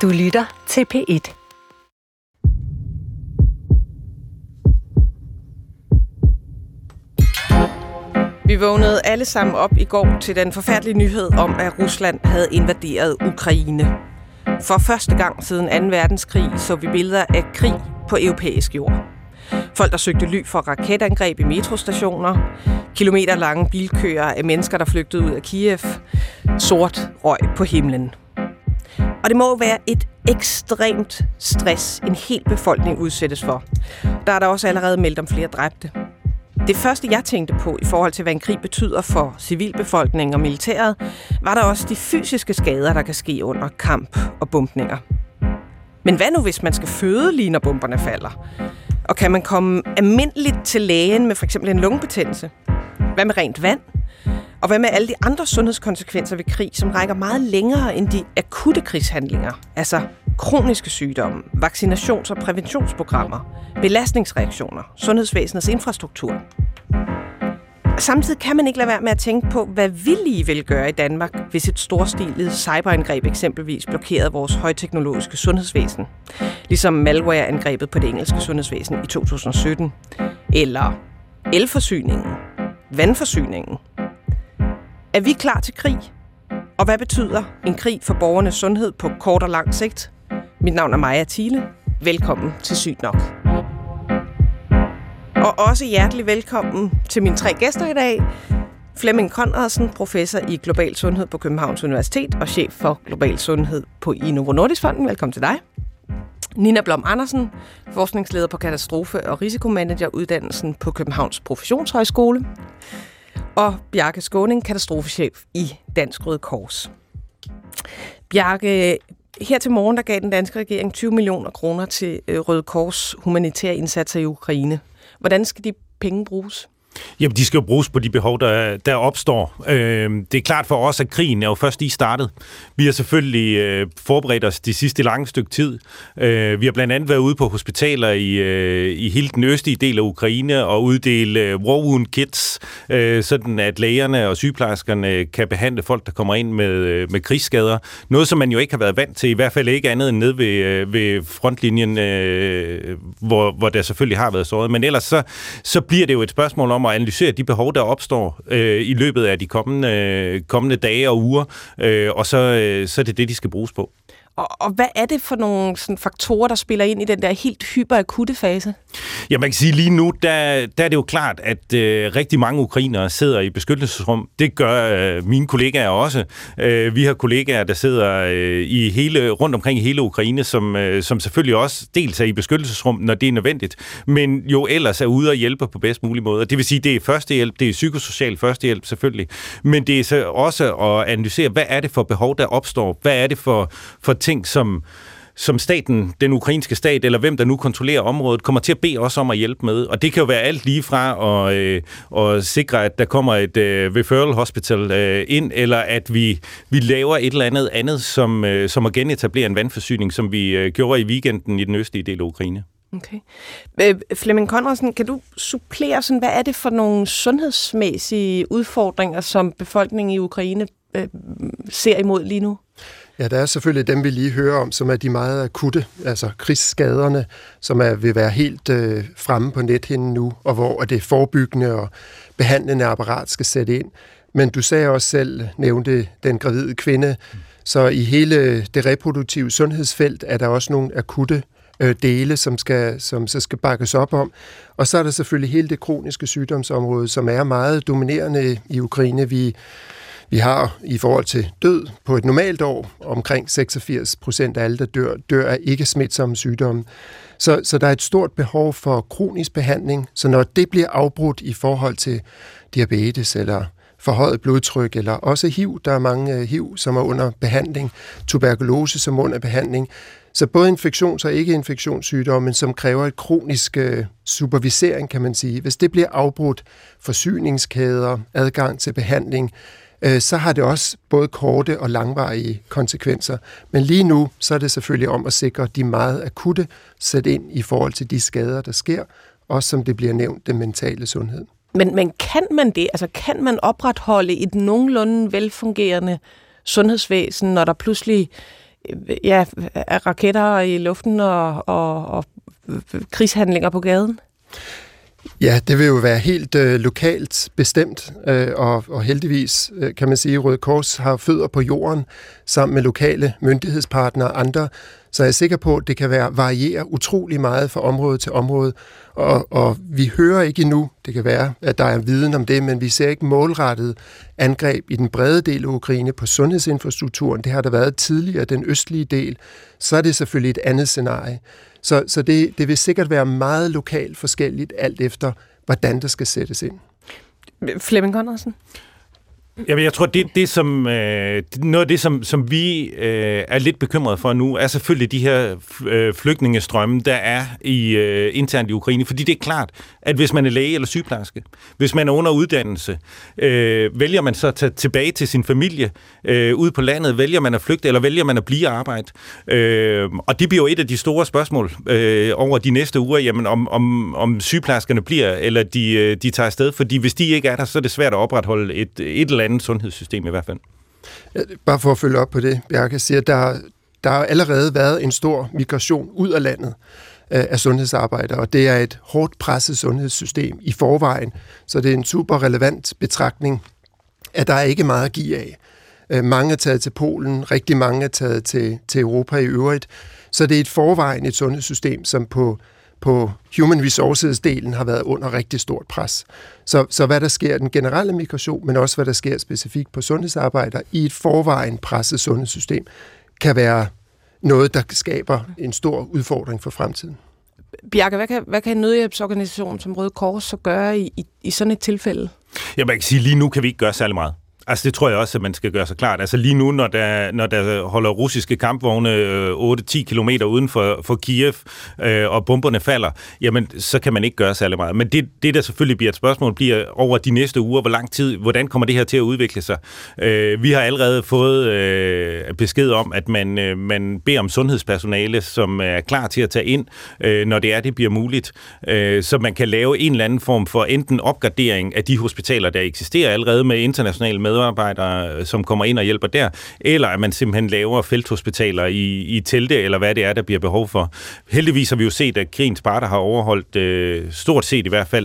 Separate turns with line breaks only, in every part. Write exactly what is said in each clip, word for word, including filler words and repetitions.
Du lytter til P et.
Vi vågnede alle sammen op i går til den forfærdelige nyhed om, at Rusland havde invaderet Ukraine. For første gang siden anden verdenskrig så vi billeder af krig på europæisk jord. Folk, der søgte ly for raketangreb i metrostationer, kilometerlange bilkøer af mennesker, der flygtede ud af Kiev, sort røg på himlen. Og det må være et ekstremt stress, en hel befolkning udsættes for. Der er der også allerede meldt om flere dræbte. Det første, jeg tænkte på i forhold til, hvad en krig betyder for civilbefolkningen og militæret, var der også de fysiske skader, der kan ske under kamp og bombninger. Men hvad nu, hvis man skal føde lige, når bomberne falder? Og kan man komme almindeligt til lægen med for eksempel en lungebetændelse? Hvad med rent vand? Og hvad med alle de andre sundhedskonsekvenser ved krig, som rækker meget længere end de akutte krigshandlinger? Altså kroniske sygdomme, vaccinations- og præventionsprogrammer, belastningsreaktioner, sundhedsvæsenets infrastruktur. Samtidig kan man ikke lade være med at tænke på, hvad vi lige vil gøre i Danmark, hvis et storstilet cyberangreb eksempelvis blokerede vores højteknologiske sundhedsvæsen. Ligesom malware-angrebet på det engelske sundhedsvæsen i to tusind og sytten. Eller elforsyningen, vandforsyningen. Er vi klar til krig? Og hvad betyder en krig for borgernes sundhed på kort og lang sigt? Mit navn er Maja Thiele. Velkommen til Sygt Nok. Og også hjertelig velkommen til mine tre gæster i dag. Flemming Conradsen, professor i global sundhed på Københavns Universitet og chef for global sundhed på Novo Nordisk Fonden. Velkommen til dig. Nina Blom Andersen, forskningsleder på katastrofe- og risikomanageruddannelsen på Københavns Professionshøjskole. Og Bjarke Skåning, katastrofechef i Dansk Røde Kors. Bjarke, her til morgen der gav den danske regering tyve millioner kroner til Røde Kors humanitære indsatser i Ukraine. Hvordan skal de penge bruges?
Jamen, de skal jo bruges på de behov, der, der opstår. Øh, det er klart for os, at krigen er jo først lige startet. Vi har selvfølgelig øh, forberedt os de sidste lange stykke tid. Øh, vi har blandt andet været ude på hospitaler i, øh, i hele den østlige del af Ukraine og uddele øh, war wound kits, øh, sådan at lægerne og sygeplejerskerne kan behandle folk, der kommer ind med, øh, med krigsskader. Noget, som man jo ikke har været vant til, i hvert fald ikke andet end nede ved, øh, ved frontlinjen, øh, hvor, hvor der selvfølgelig har været såret. Men ellers så, så bliver det jo et spørgsmål om at analysere de behov, der opstår øh, i løbet af de kommende, øh, kommende dage og uger, øh, og så, øh, så er det det, de skal bruges på.
Og, og hvad er det for nogle sådan, faktorer, der spiller ind i den der helt hyperakutte fase?
Ja, man kan sige lige nu, der, der er det jo klart, at øh, rigtig mange ukrainere sidder i beskyttelsesrum. Det gør øh, mine kollegaer også. Øh, vi har kollegaer, der sidder øh, i hele, rundt omkring i hele Ukraine, som, øh, som selvfølgelig også dels er i beskyttelsesrum, når det er nødvendigt, men jo ellers er ude og hjælpe på bedst mulig måde. Det vil sige, det er førstehjælp, det er psykosocial førstehjælp selvfølgelig, men det er så også at analysere, hvad er det for behov, der opstår? Hvad er det for, for ting, som, som staten, den ukrainske stat, eller hvem der nu kontrollerer området, kommer til at bede os om at hjælpe med. Og det kan jo være alt lige fra at, øh, at sikre, at der kommer et øh, referral hospital øh, ind, eller at vi, vi laver et eller andet andet, som, øh, som at genetablere en vandforsyning, som vi øh, gjorde i weekenden i den østlige del af Ukraine.
Okay. Øh, Flemming Conradsen, kan du supplere, sådan, hvad er det for nogle sundhedsmæssige udfordringer, som befolkningen i Ukraine øh, ser imod lige nu?
Ja, der er selvfølgelig dem, vi lige hører om, som er de meget akutte, altså krigsskaderne, som er, vil være helt øh, fremme på nethinden nu, og hvor det forebyggende og behandlende apparat skal sætte ind. Men du sagde også selv, nævnte den gravide kvinde, så i hele det reproduktive sundhedsfelt er der også nogle akutte øh, dele, som, skal, som så skal bakkes op om. Og så er der selvfølgelig hele det kroniske sygdomsområde, som er meget dominerende i Ukraine. Vi Vi har i forhold til død på et normalt år omkring seksogfirs procent af alle, der dør, dør af ikke smitsomme sygdomme. Så, så der er et stort behov for kronisk behandling. Så når det bliver afbrudt i forhold til diabetes eller forhøjet blodtryk, eller også H I V, der er mange H I V, som er under behandling, tuberkulose som under behandling, så både infektions- og ikke-infektionssygdomme, som kræver et kronisk øh, supervisering, kan man sige. Hvis det bliver afbrudt, forsyningskæder, adgang til behandling, så har det også både korte og langvarige konsekvenser. Men lige nu, så er det selvfølgelig om at sikre de meget akutte sæt ind i forhold til de skader, der sker, også som det bliver nævnt, den mentale sundhed.
Men, men kan man det? Altså kan man opretholde et nogenlunde velfungerende sundhedsvæsen, når der pludselig ja, raketter i luften og, og, og krigshandlinger på gaden?
Ja, det vil jo være helt øh, lokalt bestemt, øh, og, og heldigvis øh, kan man sige, at Røde Kors har fødder på jorden sammen med lokale myndighedspartnere og andre, så jeg er sikker på, at det kan være variere utrolig meget fra område til område, og, og vi hører ikke endnu, det kan være, at der er viden om det, men vi ser ikke målrettet angreb i den brede del af Ukraine på sundhedsinfrastrukturen. Det har der været tidligere, den østlige del, så er det selvfølgelig et andet scenarie. Så, så det, det vil sikkert være meget lokalt forskelligt, alt efter, hvordan der skal sættes ind.
Flemming Conradsen?
Jamen, jeg tror, det, det som, øh, noget af det, som, som vi øh, er lidt bekymrede for nu, er selvfølgelig de her øh, flygtningestrømme, der er i, øh, internt i Ukraine. Fordi det er klart, at hvis man er læge eller sygeplejerske, hvis man er under uddannelse, øh, vælger man så at tage tilbage til sin familie øh, ude på landet, vælger man at flygte, eller vælger man at blive og arbejde. Øh, og det bliver jo et af de store spørgsmål øh, over de næste uger, jamen, om, om, om sygeplejerskerne bliver, eller de, de tager afsted. Fordi hvis de ikke er der, så er det svært at opretholde et, et eller andet sundhedssystem i hvert fald.
Bare for at følge op på det, Bjarke siger, der, der har allerede været en stor migration ud af landet øh, af sundhedsarbejdere, og det er et hårdt presset sundhedssystem i forvejen, så det er en super relevant betragtning, at der er ikke meget at give af. Øh, mange er taget til Polen, rigtig mange er taget til, til Europa i øvrigt, så det er et forvejen et sundhedssystem, som på på human resources-delen har været under rigtig stort pres. Så, så hvad der sker i den generelle migration, men også hvad der sker specifikt på sundhedsarbejdere i et forvejen presset sundhedssystem, kan være noget, der skaber en stor udfordring for fremtiden.
Bjarke, hvad kan, hvad kan en nødhjælpsorganisation som Røde Kors så gøre i, i, i sådan et tilfælde?
Jeg kan sige, lige nu kan vi ikke gøre særlig meget. Altså det tror jeg også, at man skal gøre sig klart. Altså lige nu, når der, når der holder russiske kampvogne øh, otte til ti kilometer uden for, for Kiev, øh, og bomberne falder, jamen så kan man ikke gøre særlig meget. Men det, det der selvfølgelig bliver et spørgsmål, bliver over de næste uger, hvor lang tid, hvordan kommer det her til at udvikle sig? Øh, vi har allerede fået øh, besked om, at man, øh, man beder om sundhedspersonale, som er klar til at tage ind, øh, når det er, det bliver muligt. Øh, så man kan lave en eller anden form for enten opgradering af de hospitaler, der eksisterer allerede med internationale medarbejdere, som kommer ind og hjælper der, eller at man simpelthen laver felthospitaler i, i telte, eller hvad det er, der bliver behov for. Heldigvis har vi jo set, at krigens parter har overholdt, øh, stort set i hvert fald,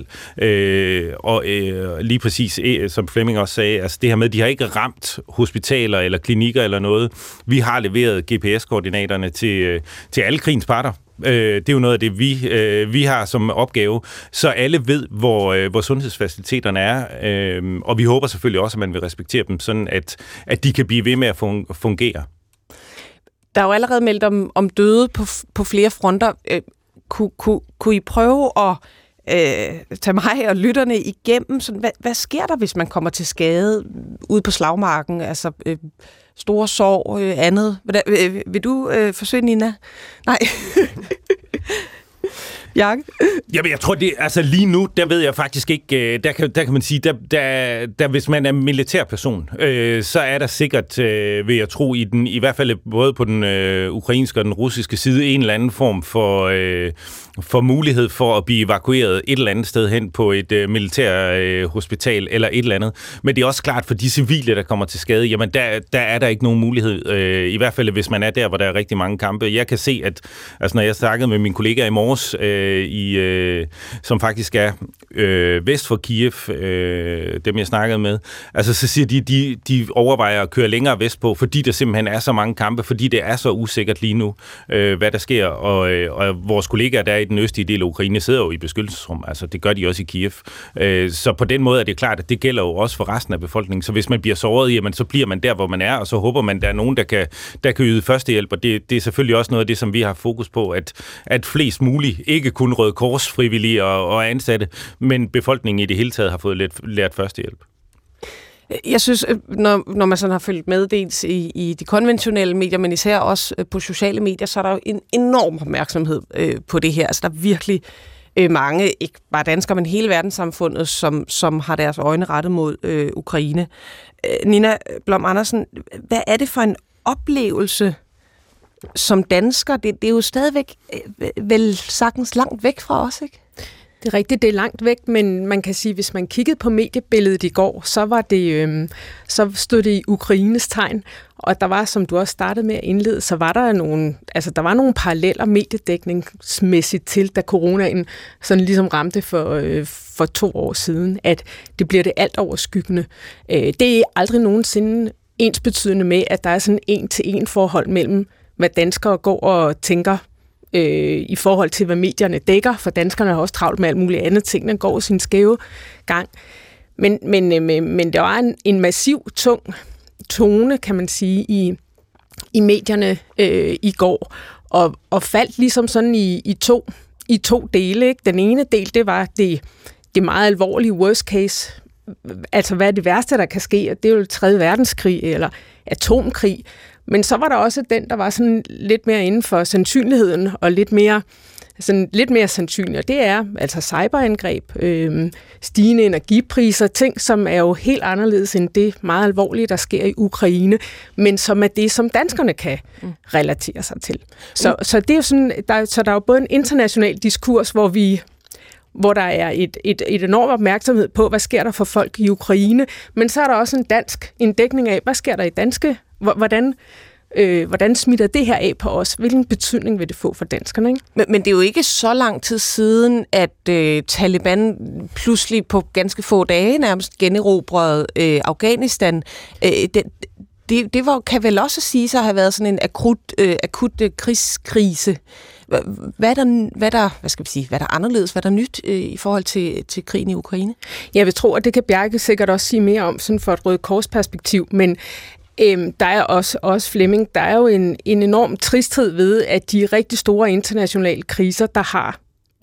øh, og øh, lige præcis, øh, som Flemming også sagde, altså det her med, de har ikke ramt hospitaler eller klinikker eller noget. Vi har leveret G P S-koordinaterne til, øh, til alle krigens parter. Det er jo noget af det, vi, vi har som opgave, så alle ved, hvor, hvor sundhedsfaciliteterne er, og vi håber selvfølgelig også, at man vil respektere dem, sådan at, at de kan blive ved med at fungere.
Der er jo allerede meldt om, om døde på, på flere fronter. Kun, kun, kunne I prøve at øh, tage mig og lytterne igennem? Sådan, hvad, hvad sker der, hvis man kommer til skade ude på slagmarken? Altså øh, store sorg, øh, andet. Øh, vil du øh, forsøge, Nina? Nej. Jakke?
Jamen, jeg tror, det altså lige nu, der ved jeg faktisk ikke, der kan, der kan man sige, der, der, der hvis man er militærperson, øh, så er der sikkert, øh, vil jeg tro, i, den, i hvert fald både på den øh, ukrainske og den russiske side, en eller anden form for, øh, for mulighed for at blive evakueret et eller andet sted hen på et øh, militærhospital øh, eller et eller andet. Men det er også klart, for de civile, der kommer til skade, jamen der, der er der ikke nogen mulighed, øh, i hvert fald hvis man er der, hvor der er rigtig mange kampe. Jeg kan se, at altså, når jeg snakkede med mine kollegaer i morges, øh, i, øh, som faktisk er øh, vest for Kiev, øh, dem jeg snakkede med, altså så siger de, de, de overvejer at køre længere vestpå, fordi der simpelthen er så mange kampe, fordi det er så usikkert lige nu, øh, hvad der sker, og, øh, og vores kollegaer, der er i den østlige del af Ukraine, sidder jo i beskyttelsesrum, altså det gør de også i Kiev. Øh, så på den måde er det klart, at det gælder jo også for resten af befolkningen, så hvis man bliver såret, jamen så bliver man der, hvor man er, og så håber man, der er nogen, der kan, der kan yde førstehjælp, og det, det er selvfølgelig også noget af det, som vi har fokus på, at, at flest muligt, ikke kun Røde Kors frivillige og, og ansatte, men befolkningen i det hele taget har fået let, lært førstehjælp.
Jeg synes, når, når man sådan har følgt med dels i, i de konventionelle medier, men især også på sociale medier, så er der jo en enorm opmærksomhed øh, på det her. Altså der er virkelig øh, mange, ikke bare danskere, men hele verdenssamfundet, som, som har deres øjne rettet mod øh, Ukraine. Øh, Nina Blom Andersen, hvad er det for en oplevelse som dansker? Det, det er jo stadigvæk øh, vel sagtens langt væk fra os, ikke?
Det er rigtigt, det er langt væk, men man kan sige, hvis man kiggede på mediebilledet i går, så var det, øh, så stod det i Ukraines tegn, og der var, som du også startede med at indlede, så var der nogle, altså der var nogle paralleller mediedækningsmæssigt til, da coronaen sådan ligesom ramte for, øh, for to år siden, at det bliver det alt overskyggende. Øh, det er aldrig nogensinde ensbetydende med, at der er sådan en til en forhold mellem, hvad danskere går og tænker øh, i forhold til, hvad medierne dækker, for danskerne har også travlt med alt muligt andet ting, der går sin skæve gang. Men, men, øh, men der var en, en massiv, tung tone, kan man sige, i, i medierne øh, i går, og, og faldt ligesom sådan i, i, to, i to dele. Ikke? Den ene del, det var det, det meget alvorlige worst case, altså hvad er det værste, der kan ske, det er jo tredje verdenskrig eller atomkrig, men så var der også den, der var sådan lidt mere inden for sandsynligheden, og lidt mere, sådan lidt mere sandsynligt, og det er altså cyberangreb, øh, stigende energipriser, ting, som er jo helt anderledes end det meget alvorlige, der sker i Ukraine, men som er det, som danskerne kan relatere sig til. Så, mm. så det er jo sådan, der, så der er jo både en international diskurs, hvor vi hvor der er et, et, et enormt opmærksomhed på, hvad sker der for folk i Ukraine, men så er der også en dansk en dækning af, hvad sker der i danske, hvordan, øh, hvordan smitter det her af på os, hvilken betydning vil det få for danskerne, ikke?
Men, men det er jo ikke så lang tid siden, at øh, Taliban pludselig på ganske få dage nærmest generobrede øh, Afghanistan. Øh, det, det, det var, kan vel også sige sig at have været sådan en akut, øh, akut øh, krigskrise. Hvad er der, hvad der, hvad skal vi sige, hvad der er anderledes, hvad der er nyt øh, i forhold til, til krigen i Ukraine?
Jeg vil tro, at det kan Bjarke sikkert også sige mere om, sådan for et Røde Kors perspektiv, men øhm, der er også, også Flemming, der er jo en, en enorm tristhed ved, at de rigtig store internationale kriser, der har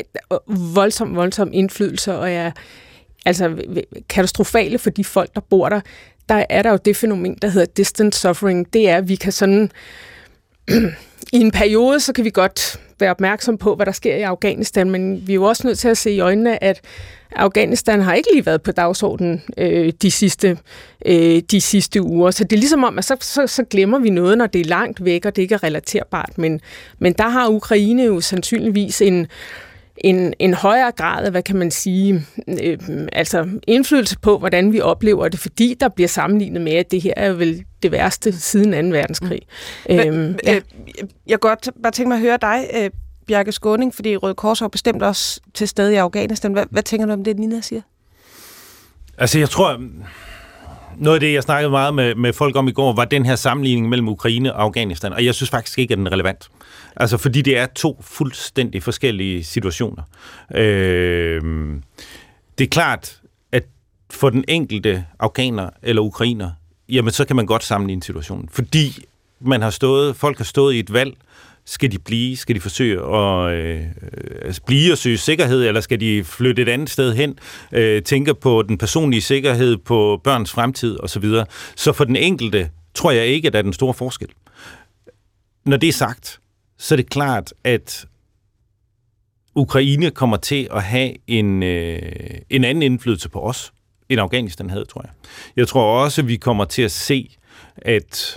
voldsom, voldsom indflydelse og er altså katastrofale for de folk, der bor der, der er der jo det fænomen, der hedder distant suffering. Det er, at vi kan sådan i en periode, så kan vi godt være opmærksom på, hvad der sker i Afghanistan, men vi er jo også nødt til at se i øjnene, at Afghanistan har ikke lige været på dagsordenen øh, de, sidste, øh, de sidste uger. Så det er ligesom om, at så, så, så glemmer vi noget, når det er langt væk, og det ikke er relaterbart. Men, men der har Ukraine jo sandsynligvis en, en, en højere grad af, hvad kan man sige, øh, altså indflydelse på, hvordan vi oplever det, fordi der bliver sammenlignet med, at det her er vel det værste siden anden verdenskrig. Mm.
Øhm, ja. Jeg kan godt bare tænke mig at høre dig, øh, Bjarke Skaaning, fordi Røde Kors har bestemt også til stede i Afghanistan. Hvad, hvad tænker du om det, Nina siger?
Altså, jeg tror, noget af det, jeg snakkede meget med, med folk om i går, var den her sammenligning mellem Ukraine og Afghanistan, og jeg synes faktisk ikke, at den er relevant. Altså, fordi det er to fuldstændig forskellige situationer. Øh, det er klart, at for den enkelte afghaner eller ukrainer, jamen, så kan man godt sammenligne situationen, fordi man har stået, folk har stået i et valg. Skal de blive? Skal de forsøge at øh, blive og søge sikkerhed, eller skal de flytte et andet sted hen? Øh, tænke på den personlige sikkerhed, på børns fremtid osv. Så for den enkelte tror jeg ikke, at der er den store forskel. Når det er sagt, så er det klart, at Ukraine kommer til at have en, øh, en anden indflydelse på os, end Afghanistan havde, tror jeg. Jeg tror også, at vi kommer til at se, at,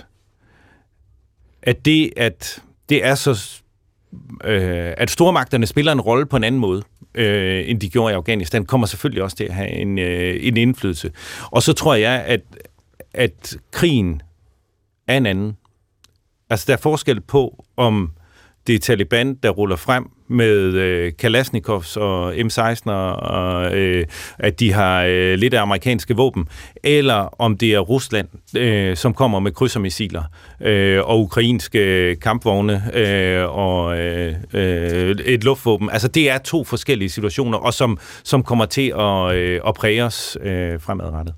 at det, at det er så, øh, at stormagterne spiller en rolle på en anden måde, øh, end de gjorde i Afghanistan, kommer selvfølgelig også til at have en, øh, en indflydelse. Og så tror jeg, at, at krigen er en anden. Altså, der er forskel på, om det er Taliban, der ruller frem med øh, Kalashnikovs og M seksten, og øh, at de har øh, lidt af amerikanske våben, eller om det er Rusland, øh, som kommer med krydsermissiler øh, og ukrainske kampvogne øh, og øh, øh, et luftvåben. Altså, det er to forskellige situationer, og som, som kommer til at, øh, at præge os øh, fremadrettet.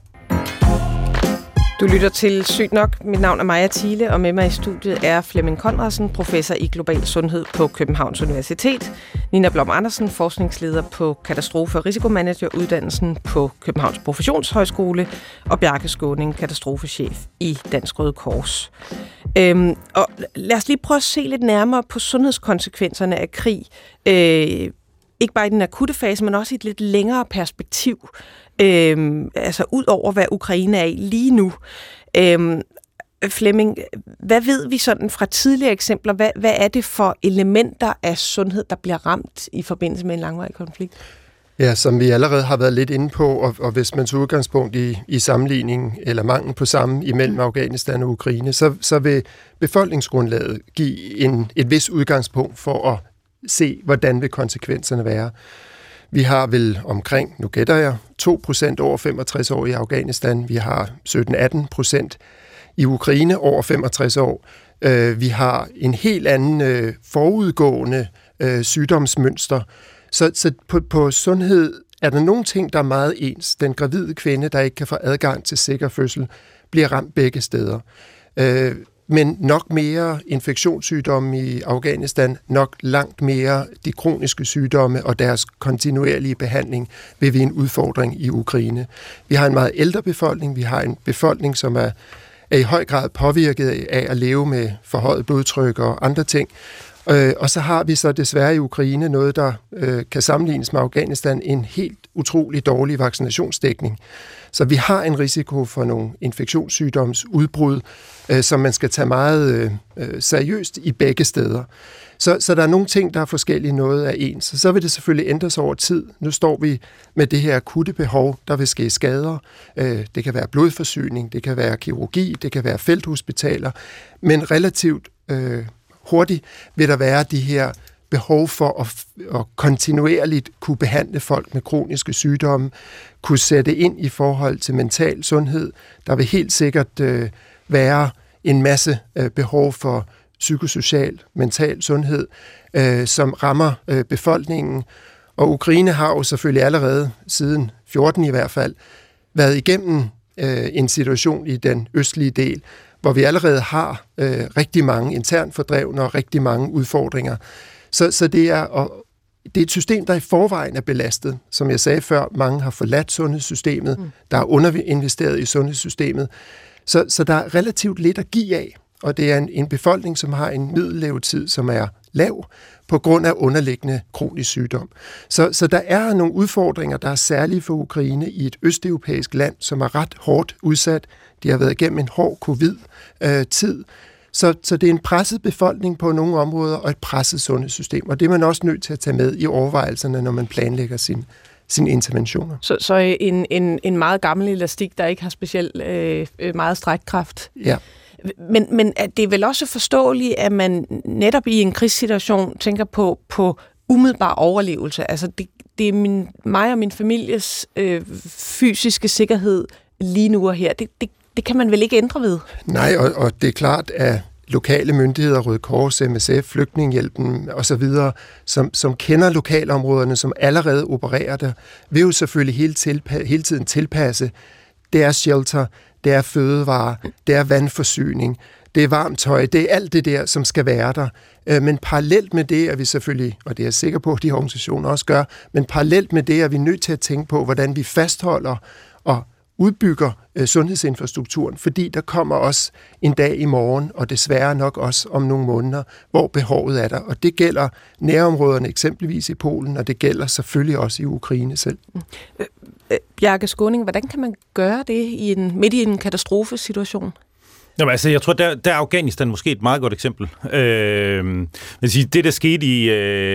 Du lytter til Sygt Nok. Mit navn er Maja Thiele, og med mig i studiet er Flemming Conradsen, professor i global sundhed på Københavns Universitet, Nina Blom Andersen, forskningsleder på katastrofe- og risikomanageruddannelsen på Københavns Professionshøjskole, og Bjarke Skaaning, katastrofechef i Dansk Røde Kors. Øhm, og lad os lige prøve at se lidt nærmere på sundhedskonsekvenserne af krig. Øh, ikke bare i den akutte fase, men også i et lidt længere perspektiv. Øhm, altså ud over, hvad Ukraine er i lige nu. Øhm, Flemming, hvad ved vi sådan fra tidligere eksempler? Hvad, hvad er det for elementer af sundhed, der bliver ramt i forbindelse med en langvarig konflikt?
Ja, som vi allerede har været lidt inde på, og, og hvis man tager udgangspunkt i, i sammenligning eller mangel på samme imellem Afghanistan og Ukraine, så, så vil befolkningsgrundlaget give en, et vis udgangspunkt for at se, hvordan vil konsekvenserne være. Vi har vel omkring, nu gætter jeg, to procent over femogtres år i Afghanistan. Vi har sytten til atten procent i Ukraine over femogtres år. Vi har en helt anden forudgående sygdomsmønster. Så, så på, på sundhed er der nogle ting, der er meget ens. Den gravide kvinde, der ikke kan få adgang til sikker fødsel, bliver ramt begge steder. Øh, men nok mere infektionssygdomme i Afghanistan, nok langt mere de kroniske sygdomme og deres kontinuerlige behandling vil vi en udfordring i Ukraine. Vi har en meget ældre befolkning, vi har en befolkning, som er, er i høj grad påvirket af at leve med forhøjet blodtryk og andre ting. Øh, og så har vi så desværre i Ukraine noget, der øh, kan sammenlignes med Afghanistan, en helt utrolig dårlig vaccinationsdækning. Så vi har en risiko for nogle infektionssygdomsudbrud, øh, som man skal tage meget øh, seriøst i begge steder. Så, så der er nogle ting, der er forskellige, noget af ens. Så, så vil det selvfølgelig ændres over tid. Nu står vi med det her akutte behov, der vil ske skader. Øh, det kan være blodforsyning, det kan være kirurgi, det kan være felthospitaler, men relativt øh, hurtigt vil der være de her behov for at, at kontinuerligt kunne behandle folk med kroniske sygdomme, kunne sætte ind i forhold til mental sundhed. Der vil helt sikkert øh, være en masse øh, behov for psykosocial, mental sundhed, øh, som rammer øh, befolkningen. Og Ukraine har jo selvfølgelig allerede, siden fjorten i hvert fald, været igennem øh, en situation i den østlige del, hvor vi allerede har øh, rigtig mange internt fordrevne og rigtig mange udfordringer. Så, så det, er, og det er et system, der i forvejen er belastet. Som jeg sagde før, mange har forladt sundhedssystemet, mm. der er underinvesteret i sundhedssystemet. Så, så der er relativt lidt at give af, og det er en, en befolkning, som har en middellevetid, som er lav, på grund af underliggende kronisk sygdom. Så, så der er nogle udfordringer, der er særlige for Ukraine i et østeuropæisk land, som er ret hårdt udsat. De har været igennem en hård covid-tid. Så, så det er en presset befolkning på nogle områder, og et presset sundhedssystem. Og det er man også nødt til at tage med i overvejelserne, når man planlægger sin, sine interventioner.
Så, så en, en, en meget gammel elastik, der ikke har specielt øh, meget strækkraft.
Ja.
Men, men det er vel også forståeligt, at man netop i en krigssituation tænker på, på umiddelbar overlevelse. Altså det, det er min, mig og min families øh, fysiske sikkerhed lige nu og her. Det, det, det kan man vel ikke ændre ved? Nej,
og, og det er klart, at lokale myndigheder, Røde Kors, M S F, Flygtningehjælpen osv., som, som kender lokalområderne, som allerede opererer der, vil jo selvfølgelig hele, tilpa- hele tiden tilpasse. Det er shelter, det er fødevarer, det er vandforsyning, det er varmt tøj, det er alt det der, som skal være der. Men parallelt med det er vi selvfølgelig, og det er jeg sikker på, at de organisationer også gør, men parallelt med det er vi nødt til at tænke på, hvordan vi fastholder og udbygger øh, sundhedsinfrastrukturen, fordi der kommer også en dag i morgen, og desværre nok også om nogle måneder, hvor behovet er der. Og det gælder nærområderne eksempelvis i Polen, og det gælder selvfølgelig også i Ukraine selv.
Øh, øh, Bjarke Skaaning, hvordan kan man gøre det i en, midt i en katastrofesituation?
Jamen, altså, jeg tror, der, der er Afghanistan måske et meget godt eksempel. Øh, sige, det, der skete i,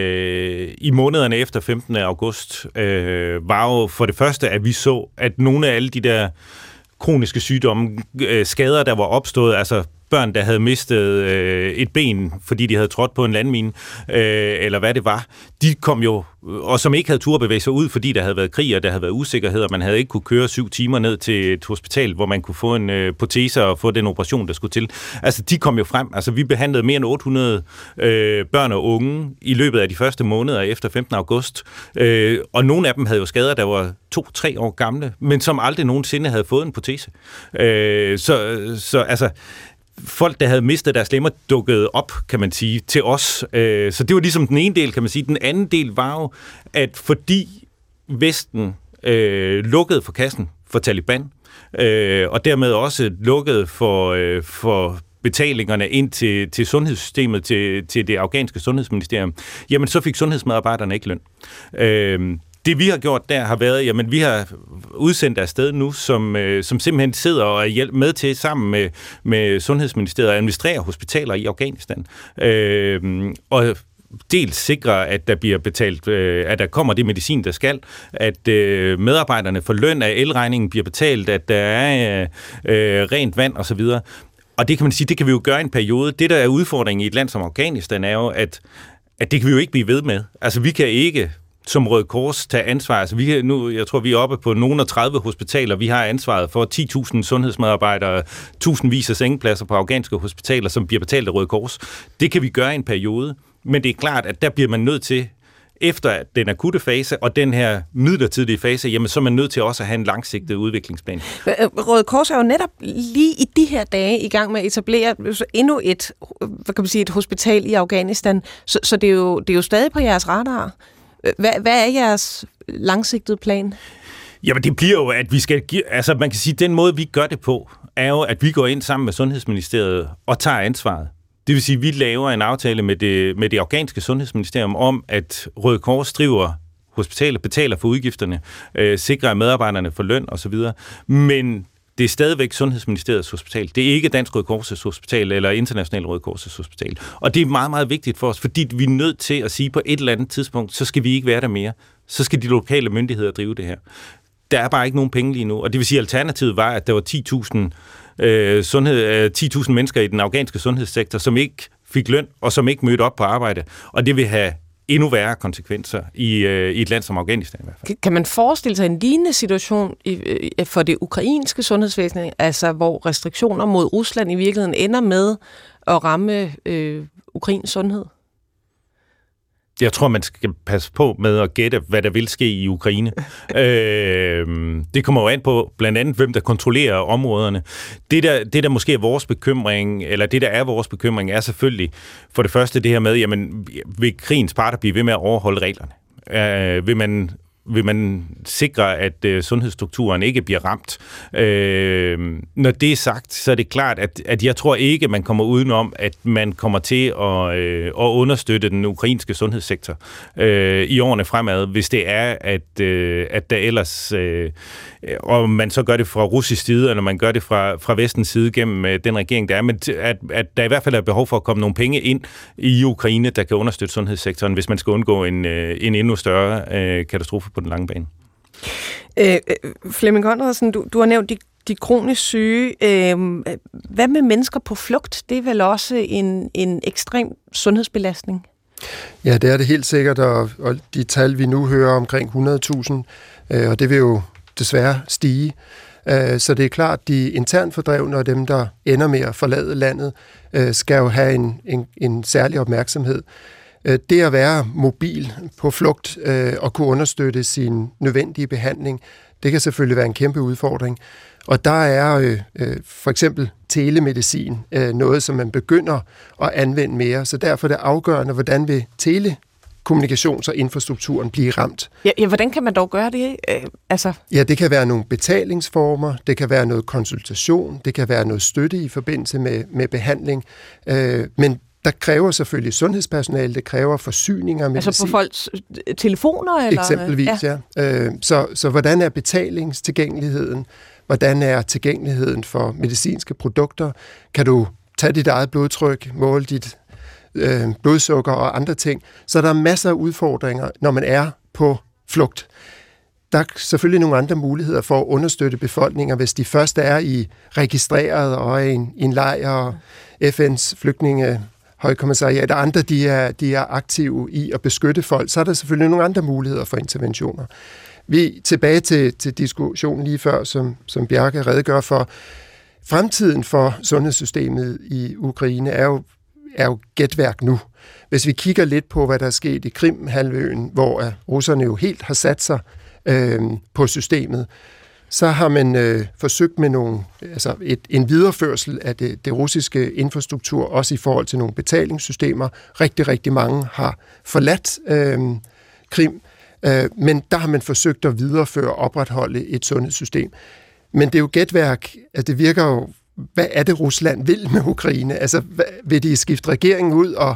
øh, i månederne efter femtende august, øh, var jo for det første, at vi så, at nogle af alle de der kroniske sygdomme, øh, skader, der var opstået, altså børn, der havde mistet øh, et ben, fordi de havde trådt på en landmine, øh, eller hvad det var, de kom jo, og som ikke havde tur at bevæge sig ud, fordi der havde været krig, og der havde været usikkerhed, og man havde ikke kunne køre syv timer ned til et hospital, hvor man kunne få en øh, protese og få den operation, der skulle til. Altså, de kom jo frem. Altså, vi behandlede mere end otte hundrede øh, børn og unge i løbet af de første måneder efter femtende august, øh, og nogle af dem havde jo skader, der var to-tre år gamle, men som aldrig nogensinde havde fået en protese. Øh, så, så altså, folk, der havde mistet deres lemmer, dukkede op, kan man sige, til os. Så det var ligesom den ene del, kan man sige. Den anden del var jo, at fordi Vesten øh, lukkede for kassen for Taliban, øh, og dermed også lukkede for, øh, for betalingerne ind til, til sundhedssystemet, til, til det afghanske sundhedsministerium, jamen så fik sundhedsmedarbejderne ikke løn. Øh, Det vi har gjort der har været, jamen vi har udsendt afsted nu, som, øh, som simpelthen sidder og er med til sammen med, med Sundhedsministeriet at administrere hospitaler i Afghanistan. Øh, og dels sikre, at der bliver betalt, øh, at der kommer det medicin, der skal, at øh, medarbejderne får løn, at elregningen bliver betalt, at der er øh, rent vand osv. Og det kan man sige, det kan vi jo gøre i en periode. Det, der er udfordringen i et land som Afghanistan, er jo, at, at det kan vi jo ikke blive ved med. Altså, vi kan ikke som Røde Kors tage ansvar. Altså, vi kan nu, jeg tror, vi er oppe på nogle af tredive hospitaler. Vi har ansvaret for ti tusind sundhedsmedarbejdere, tusindvis af sengepladser på afghanske hospitaler, som bliver betalt af Røde Kors. Det kan vi gøre i en periode. Men det er klart, at der bliver man nødt til, efter den akutte fase og den her midlertidige fase, jamen så er man nødt til også at have en langsigtet udviklingsplan.
Røde Kors er jo netop lige i de her dage i gang med at etablere endnu et, hvad kan man sige, et hospital i Afghanistan, så, så det, er jo, det er jo stadig på jeres radar. Hvad, hvad er jeres langsigtede plan?
Jamen det bliver jo, at vi skal give, altså man kan sige, den måde vi gør det på, er jo, at vi går ind sammen med Sundhedsministeriet og tager ansvaret. Det vil sige, at vi laver en aftale med det, med det afghanske sundhedsministerium om, at Røde Kors driver hospitalet, betaler for udgifterne, øh, sikrer, at medarbejderne får løn osv. Men det er stadigvæk Sundhedsministeriets hospital. Det er ikke Dansk Røde Kors' hospital eller International Røde Kors' hospital. Og det er meget, meget vigtigt for os, fordi vi er nødt til at sige, at på et eller andet tidspunkt, så skal vi ikke være der mere. Så skal de lokale myndigheder drive det her. Der er bare ikke nogen penge lige nu. Og det vil sige, at alternativet var, at der var ti tusind Øh, sundhed, øh, ti tusind mennesker i den afghanske sundhedssektor, som ikke fik løn, og som ikke mødte op på arbejde. Og det vil have endnu værre konsekvenser i, øh, i et land som Afghanistan i hvert fald.
Kan man forestille sig en lignende situation i, øh, for det ukrainske sundhedsvæsen, altså hvor restriktioner mod Rusland i virkeligheden ender med at ramme øh, Ukrains sundhed?
Jeg tror, man skal passe på med at gætte, hvad der vil ske i Ukraine. øh, det kommer jo an på blandt andet, hvem der kontrollerer områderne. Det der, det, der måske er vores bekymring, eller det, der er vores bekymring, er selvfølgelig for det første det her med, jamen, vil krigens parter blive ved med at overholde reglerne? Øh, vil man... vil man sikre, at øh, sundhedsstrukturen ikke bliver ramt. Øh, når det er sagt, så er det klart, at, at jeg tror ikke, man kommer udenom, at man kommer til at, øh, at understøtte den ukrainske sundhedssektor øh, i årene fremad, hvis det er, at, øh, at der ellers, øh, og man så gør det fra russisk side, eller man gør det fra, fra vestens side gennem øh, den regering, der er, men at, at der i hvert fald er behov for at komme nogle penge ind i Ukraine, der kan understøtte sundhedssektoren, hvis man skal undgå en, øh, en endnu større øh, katastrofe på den lange bane.
Øh, Flemming Conradsen, du, du har nævnt de, de kronisk syge. Øh, hvad med mennesker på flugt? Det er vel også en, en ekstrem sundhedsbelastning?
Ja, det er det helt sikkert, og, og de tal, vi nu hører omkring hundrede tusind, øh, og det vil jo desværre stige. Øh, så det er klart, at de internt fordrevne og dem, der ender med at forlade landet, øh, skal jo have en, en, en særlig opmærksomhed. Det at være mobil på flugt øh, og kunne understøtte sin nødvendige behandling, det kan selvfølgelig være en kæmpe udfordring. Og der er øh, øh, for eksempel telemedicin øh, noget, som man begynder at anvende mere. Så derfor er det afgørende, hvordan vil telekommunikations- og infrastrukturen blive ramt.
Ja, ja, hvordan kan man dog gøre det? Øh, altså...
Ja, det kan være nogle betalingsformer, det kan være noget konsultation, det kan være noget støtte i forbindelse med, med behandling, øh, men der kræver selvfølgelig sundhedspersonale, det kræver forsyninger af medicin.
Altså på folks telefoner? Eller?
Eksempelvis, ja. ja. Øh, så, så hvordan er betalingstilgængeligheden? Hvordan er tilgængeligheden for medicinske produkter? Kan du tage dit eget blodtryk, måle dit øh, blodsukker og andre ting? Så der er masser af udfordringer, når man er på flugt. Der er selvfølgelig nogle andre muligheder for at understøtte befolkninger, hvis de først er i registreret og i en, i en lejr, og F N's flygtninge højkommissariat, og andre de er, de er aktive i at beskytte folk, så er der selvfølgelig nogle andre muligheder for interventioner. Vi tilbage til, til diskussionen lige før, som, som Bjarke redegør for. Fremtiden for sundhedssystemet i Ukraine er jo, er jo gætværk nu. Hvis vi kigger lidt på, hvad der er sket i Krim-halvøen, hvor russerne jo helt har sat sig øh, på systemet, så har man øh, forsøgt med nogle, altså et, en videreførsel af det, det russiske infrastruktur, også i forhold til nogle betalingssystemer. Rigtig, rigtig mange har forladt øh, Krim, øh, men der har man forsøgt at videreføre og opretholde et sundhedssystem. Men det er jo gætværk, at det virker jo, hvad er det Rusland vil med Ukraine? Altså, hvad, vil de skifte regeringen ud og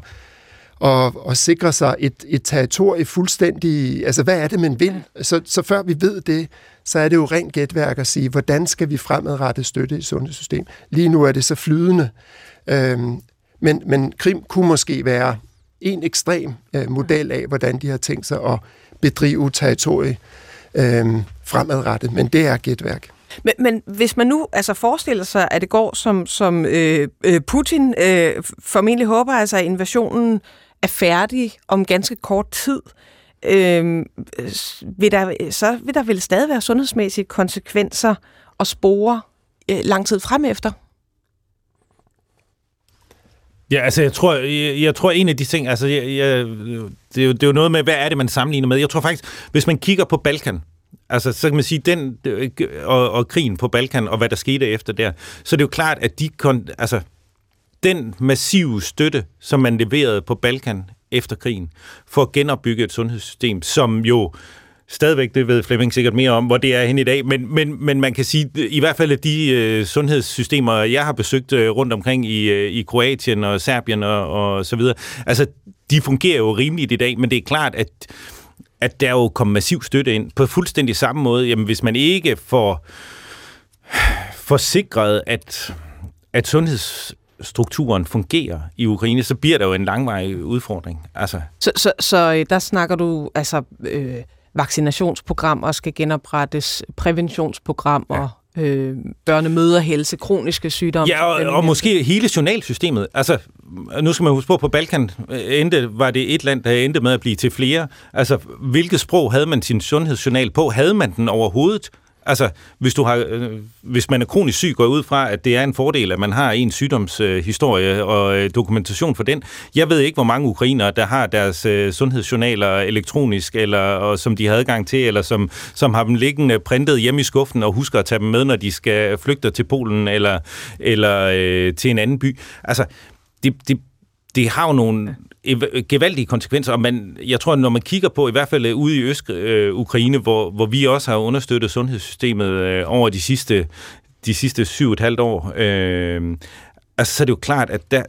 Og, og sikre sig et, et territorie fuldstændig... Altså, hvad er det, man vil? Så, så før vi ved det, så er det jo rent gætværk at sige, hvordan skal vi fremadrettet støtte i sundhedssystem? Lige nu er det så flydende. Øhm, men, men Krim kunne måske være en ekstrem øh, model af, hvordan de har tænkt sig at bedrive territorie øh, fremadrettet, men det er gætværk.
Men, men hvis man nu altså forestiller sig, at det går som, som øh, Putin øh, formentlig håber, altså at invasionen er færdig om ganske kort tid, øh, vil der, så vil der vel stadig være sundhedsmæssige konsekvenser og spore øh, lang tid frem efter?
Ja, altså jeg tror, jeg, jeg tror en af de ting, altså jeg, jeg, det, er jo, det er jo noget med, hvad er det, man sammenligner med? Jeg tror faktisk, hvis man kigger på Balkan, altså så kan man sige, den og, og krigen på Balkan, og hvad der skete efter der, så det er jo klart, at de kon, altså, den massive støtte, som man leverede på Balkan efter krigen, for at genopbygge et sundhedssystem, som jo stadigvæk, det ved Flemming sikkert mere om, hvor det er hen i dag, men, men, men man kan sige, i hvert fald de øh, sundhedssystemer, jeg har besøgt øh, rundt omkring i, øh, i Kroatien og Serbien og, og så videre, altså de fungerer jo rimeligt i dag, men det er klart, at at der jo kommer massiv støtte ind på fuldstændig samme måde. Jamen, hvis man ikke får, får sikret, at, at sundhedsstrukturen fungerer i Ukraine, så bliver der jo en langvarig udfordring. Altså. Så,
så, så der snakker du altså øh, vaccinationsprogrammer skal genoprettes, preventionsprogrammer, ja. Øh, børnemøderhelse, kroniske sygdomme.
Ja, og, og måske hele journalsystemet. Altså, nu skal man huske på, på Balkan endte, var det et land, der endte med at blive til flere. Altså, hvilket sprog havde man sin sundhedsjournal på? Havde man den overhovedet? Altså, hvis, du har, øh, hvis man er kronisk syg, går ud fra, at det er en fordel, at man har en sygdomshistorie øh, og øh, dokumentation for den. Jeg ved ikke, hvor mange ukrainere, der har deres øh, sundhedsjournaler elektronisk, eller og, som de har adgang til, eller som, som har dem liggende printet hjemme i skuffen og husker at tage dem med, når de skal flygte til Polen eller, eller øh, til en anden by. Altså, det, det, det har jo nogle gevaldige konsekvenser, og man, jeg tror, når man kigger på, i hvert fald ude i Øst-Ukraine, øh, hvor, hvor vi også har understøttet sundhedssystemet øh, over de sidste, de sidste syv og et halvt år, øh, altså, så er det jo klart, at der,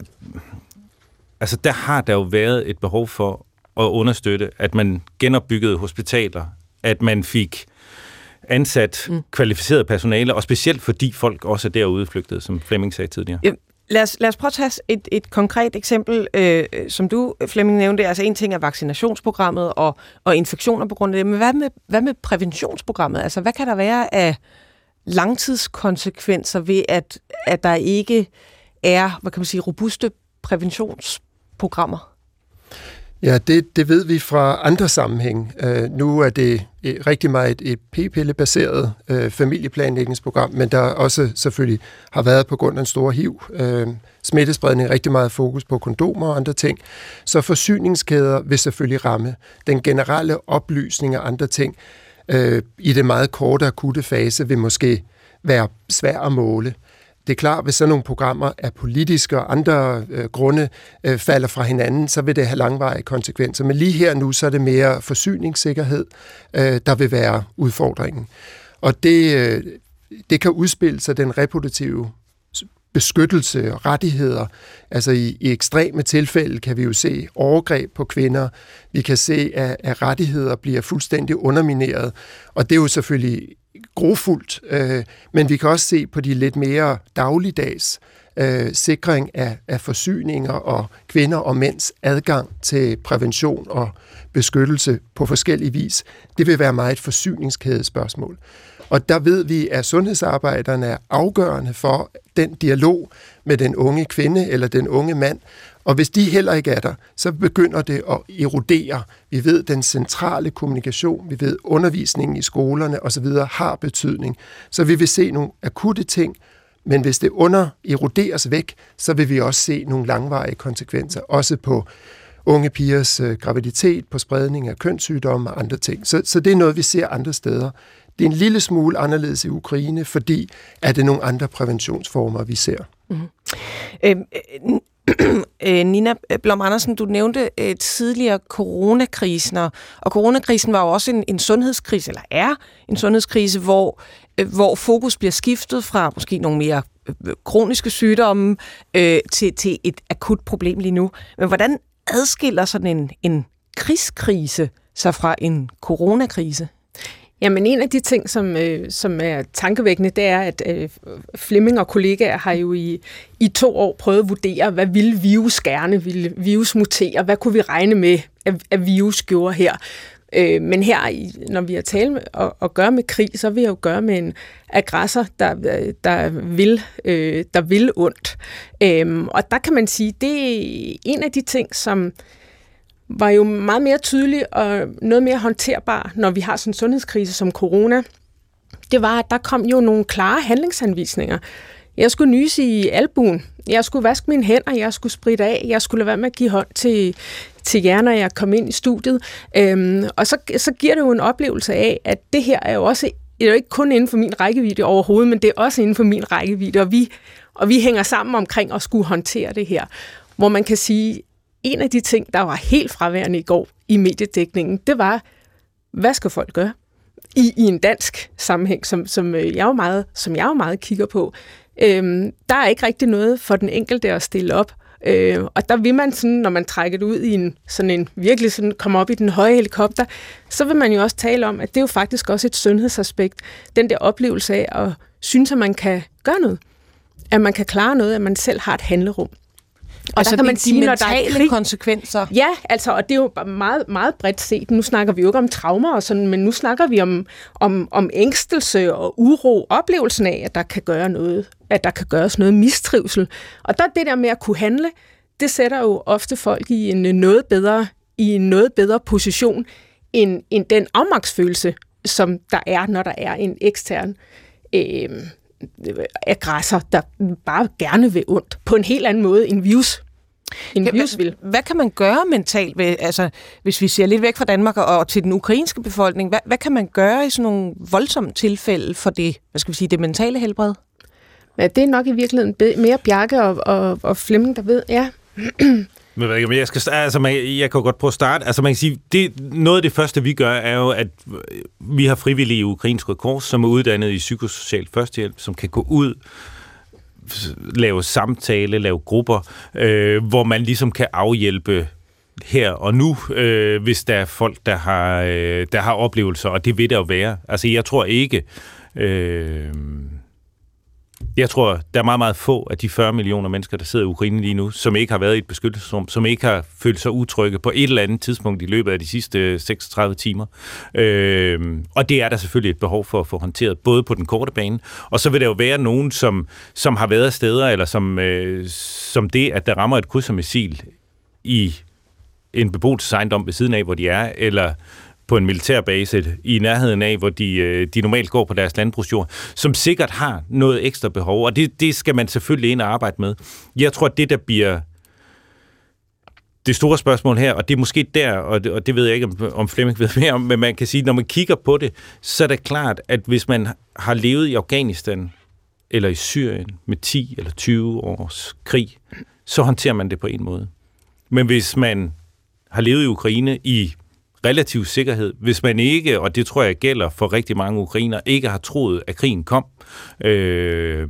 altså, der har der jo været et behov for at understøtte, at man genopbyggede hospitaler, at man fik ansat mm. kvalificeret personale, og specielt fordi folk også er derude flygtede, som Flemming sagde tidligere. Ja.
Lad os, lad os prøve at tage et, et konkret eksempel, øh, som du, Flemming, nævnte. Altså en ting er vaccinationsprogrammet og, og infektioner på grund af det, men hvad med, hvad med præventionsprogrammet? Altså hvad kan der være af langtidskonsekvenser ved, at, at der ikke er, hvad kan man sige, robuste præventionsprogrammer?
Ja, det, det ved vi fra andre sammenhæng. Uh, nu er det rigtig meget et, et p-pille-baseret uh, familieplanlægningsprogram, men der også selvfølgelig har været på grund af en stor H I V, uh, smittespredning, rigtig meget fokus på kondomer og andre ting. Så forsyningskæder vil selvfølgelig ramme. Den generelle oplysning og andre ting uh, i det meget korte akutte fase vil måske være svær at måle. Det er klart, hvis sådan nogle programmer er politiske og andre øh, grunde øh, falder fra hinanden, så vil det have langvarige konsekvenser. Men lige her nu, så er det mere forsyningssikkerhed, øh, der vil være udfordringen. Og det, øh, det kan udspille sig den reproduktive beskyttelse og rettigheder. Altså i, i ekstreme tilfælde kan vi jo se overgreb på kvinder. Vi kan se, at, at rettigheder bliver fuldstændig undermineret. Og det er jo selvfølgelig grofuldt, øh, men vi kan også se på de lidt mere dagligdags øh, sikring af, af forsyninger og kvinder og mænds adgang til prævention og beskyttelse på forskellig vis. Det vil være meget et forsyningskædespørgsmål. Og der ved vi, at sundhedsarbejderne er afgørende for den dialog med den unge kvinde eller den unge mand. Og hvis de heller ikke er der, så begynder det at erodere. Vi ved, den centrale kommunikation, vi ved, undervisningen i skolerne osv. har betydning. Så vi vil se nogle akutte ting, men hvis det under eroderes væk, så vil vi også se nogle langvarige konsekvenser, også på unge pigers øh, graviditet, på spredning af kønssygdomme og andre ting. Så, så det er noget, vi ser andre steder. Det er en lille smule anderledes i Ukraine, fordi er det nogle andre præventionsformer, vi ser. Mm-hmm.
Øhm, øh, Nina Blom Andersen, du nævnte øh, tidligere coronakrisen, og, og coronakrisen var jo også en, en sundhedskrise, eller er en sundhedskrise, hvor, øh, hvor fokus bliver skiftet fra måske nogle mere øh, kroniske sygdomme øh, til, til et akut problem lige nu. Men hvordan adskiller sådan en, en krigskrise sig fra en coronakrise?
Jamen en af de ting, som, øh, som er tankevækkende, det er, at øh, Flemming og kollegaer har jo i, i to år prøvet at vurdere, hvad ville virus gerne, ville virus mutere, hvad kunne vi regne med, at, at virus gjorde her. Øh, men her, når vi har talt med, og, og gør med krig, så vil jeg jo gøre med en aggressor, der, der, vil, øh, der vil ondt. Øh, og der kan man sige, det er en af de ting, som var jo meget mere tydelig og noget mere håndterbar, når vi har sådan en sundhedskrise som corona. Det var, at der kom jo nogle klare handlingsanvisninger. Jeg skulle nyse i albuen, jeg skulle vaske mine hænder, jeg skulle spritte af, jeg skulle lade være med at give hånd til, til jer, når jeg kom ind i studiet. Øhm, og så, så giver det jo en oplevelse af, at det her er jo også, det er jo ikke kun inden for min rækkevidde overhovedet, men det er også inden for min rækkevidde, og vi, og vi hænger sammen omkring at skulle håndtere det her. Hvor man kan sige, en af de ting, der var helt fraværende i går i mediedækningen, det var, hvad skal folk gøre? I, i en dansk sammenhæng, som, som, jeg jo meget, som jeg jo meget kigger på. Øhm, der er ikke rigtig noget for den enkelte at stille op. Øh, og der vil man sådan, når man trækker det ud i en, sådan en virkelig sådan, kommer op i den høje helikopter, så vil man jo også tale om, at det er jo faktisk også et sundhedsaspekt. Den der oplevelse af at synes, at man kan gøre noget. At man kan klare noget, at man selv har et handlerum.
Og altså, der kan man sige, når der er krig, konsekvenser.
Ja, altså, og det er jo meget, meget bredt set. Nu snakker vi jo ikke om traumer og sådan, men nu snakker vi om, om, om ængstelse og uro, oplevelsen af, at der kan gøre noget, at der kan gøres noget mistrivsel. Og der det der med at kunne handle, det sætter jo ofte folk i en noget bedre, i en noget bedre position end, end den afmagtsfølelse, som der er, når der er en ekstern øh, aggressor, der bare gerne vil ondt på en helt anden måde end virus. En virus vil.
Hvad kan man gøre mentalt, ved, altså, hvis vi ser lidt væk fra Danmark og, og til den ukrainske befolkning? Hvad, hvad kan man gøre i sådan nogle voldsomme tilfælde for det, hvad skal vi sige, det mentale helbred?
Ja, det er nok i virkeligheden mere Bjarke og, og, og Flemming, der ved, ja.
Men jeg, skal, altså, man, jeg kan jo godt prøve at starte. Altså, man kan sige, det, noget af det første, vi gør, er jo, at vi har frivillige i Ukrainsk Røde Kors, som er uddannet i psykosocial førstehjælp, som kan gå ud, lave samtale, lave grupper, øh, hvor man ligesom kan afhjælpe her og nu, øh, hvis der er folk, der har, øh, der har oplevelser, og det vil der jo være. Altså, jeg tror ikke... Øh, Jeg tror, der er meget, meget få af de fyrre millioner mennesker, der sidder i Ukraine lige nu, som ikke har været i et beskyttelsesrum, som ikke har følt sig utrygge på et eller andet tidspunkt i løbet af de sidste seksogtredive timer. Øh, og det er der selvfølgelig et behov for at få håndteret, både på den korte bane, og så vil der jo være nogen, som, som har været steder, eller som, øh, som det, at der rammer et krydsermissil i en beboelsesejendom ved siden af, hvor de er, eller på en militærbase i nærheden af, hvor de, de normalt går på deres landbrugsjord, som sikkert har noget ekstra behov, og det, det skal man selvfølgelig ind og arbejde med. Jeg tror, at det, der bliver det store spørgsmål her, og det er måske der, og det, og det ved jeg ikke, om, om Flemming ved mere om, men man kan sige, når man kigger på det, så er det klart, at hvis man har levet i Afghanistan, eller i Syrien, med ti eller tyve års krig, så håndterer man det på en måde. Men hvis man har levet i Ukraine i relativ sikkerhed, hvis man ikke, og det tror jeg gælder for rigtig mange ukrainere, ikke har troet, at krigen kom, øh,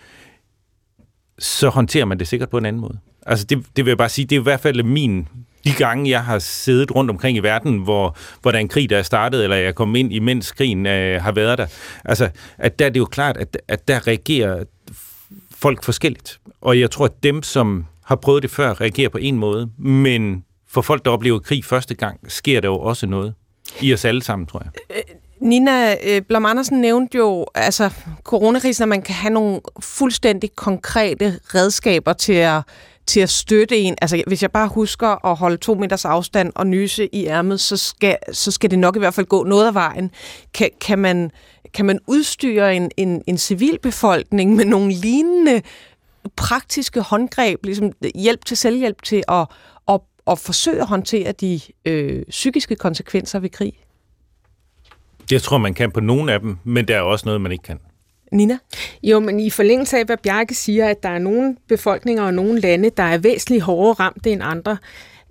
så håndterer man det sikkert på en anden måde. Altså det, det vil jeg bare sige, det er i hvert fald min, de gange jeg har siddet rundt omkring i verden, hvor, hvor der er en krig, der er startet, eller jeg kom ind, imens krigen øh, har været der. Altså, at der er det jo klart, at, at der reagerer folk forskelligt. Og jeg tror, at dem, som har prøvet det før, reagerer på en måde, men for folk, der oplever krig første gang, sker der jo også noget i os alle sammen, tror jeg.
Nina Blom Andersen nævnte jo, altså coronakrisen, at man kan have nogle fuldstændig konkrete redskaber til at, til at støtte en. Altså hvis jeg bare husker at holde to meters afstand og nyse i ærmet, så skal, så skal det nok i hvert fald gå noget af vejen. Kan, kan, man, kan man udstyre en, en, en civilbefolkning med nogle lignende praktiske håndgreb, ligesom hjælp til selvhjælp til at, at og forsøge at håndtere de øh, psykiske konsekvenser ved krig?
Jeg tror, man kan på nogle af dem, men der er også noget, man ikke kan.
Nina?
Jo, men i forlængelse af, hvad Bjarke siger, at der er nogle befolkninger og nogle lande, der er væsentligt hårdere ramt end andre,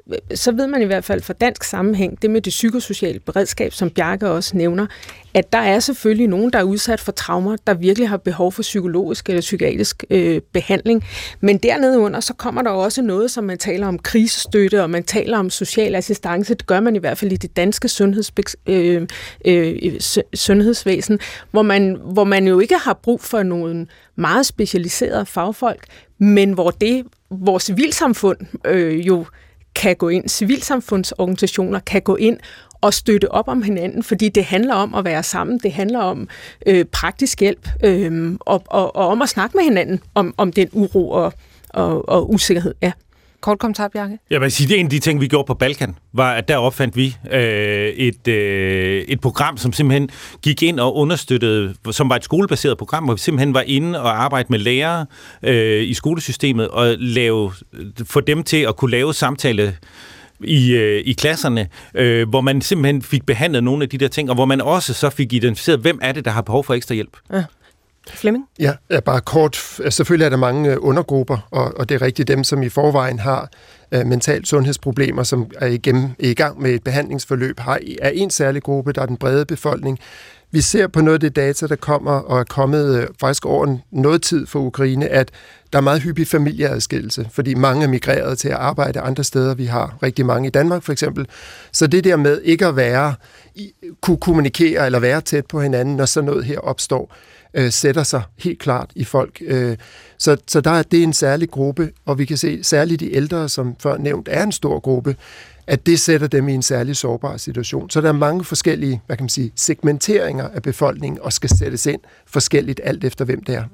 så ved man i hvert fald fra dansk sammenhæng, det med det psykosociale beredskab, som Bjarke også nævner, at der er selvfølgelig nogen, der er udsat for traumer, der virkelig har behov for psykologisk eller psykiatrisk øh, behandling. Men dernede under, så kommer der også noget, som man taler om krisestøtte, og man taler om social assistance. Det gør man i hvert fald i det danske sundheds, øh, øh, sundhedsvæsen, hvor man, hvor man jo ikke har brug for nogle meget specialiserede fagfolk, men hvor det, hvor civilsamfund øh, jo kan gå ind, civilsamfundsorganisationer kan gå ind og støtte op om hinanden, fordi det handler om at være sammen, det handler om øh, praktisk hjælp øh, og, og, og om at snakke med hinanden om, om den uro og, og, og usikkerhed. Ja.
Kort kommentar, Bjarke?
Jeg vil sige, det er en af de ting, vi gjorde på Balkan, var, at der opfandt vi øh, et, øh, et program, som simpelthen gik ind og understøttede, som var et skolebaseret program, hvor vi simpelthen var inde og arbejde med lærere øh, i skolesystemet og lave, få dem til at kunne lave samtale i, øh, i klasserne, øh, hvor man simpelthen fik behandlet nogle af de der ting, og hvor man også så fik identificeret, hvem er det, der har behov for ekstra hjælp.
Ja. Flemming?
Ja, bare kort. Selvfølgelig er der mange undergrupper, og, og det er rigtigt dem, som i forvejen har uh, mentalt sundhedsproblemer, som er, igennem, er i gang med et behandlingsforløb, har, er en særlig gruppe, der er den brede befolkning. Vi ser på noget af det data, der kommer og er kommet uh, faktisk over noget tid for Ukraine, at der er meget hyppig familieadskillelse, fordi mange er migreret til at arbejde andre steder. Vi har rigtig mange i Danmark for eksempel. Så det der med ikke at være, kunne kommunikere eller være tæt på hinanden, når sådan noget her opstår, øh, sætter sig helt klart i folk. Øh, så, så der er det en særlig gruppe, og vi kan se særligt de ældre, som før nævnt er en stor gruppe, at det sætter dem i en særlig sårbar situation. Så der er mange forskellige, hvad kan man sige, segmenteringer af befolkningen, og skal sættes ind forskelligt alt efter, hvem det er.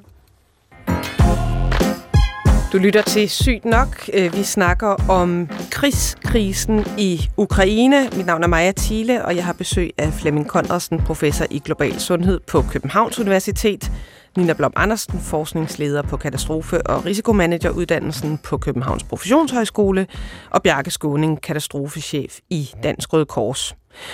Du lytter til Sygt Nok. Vi snakker om krigskrisen i Ukraine. Mit navn er Maja Thiele, og jeg har besøg af Flemming Conradsen, professor i global sundhed på Københavns Universitet, Nina Blom Andersen, forskningsleder på katastrofe- og risikomanageruddannelsen på Københavns Professionshøjskole, og Bjarke Skaaning, katastrofechef i Dansk Røde Kors.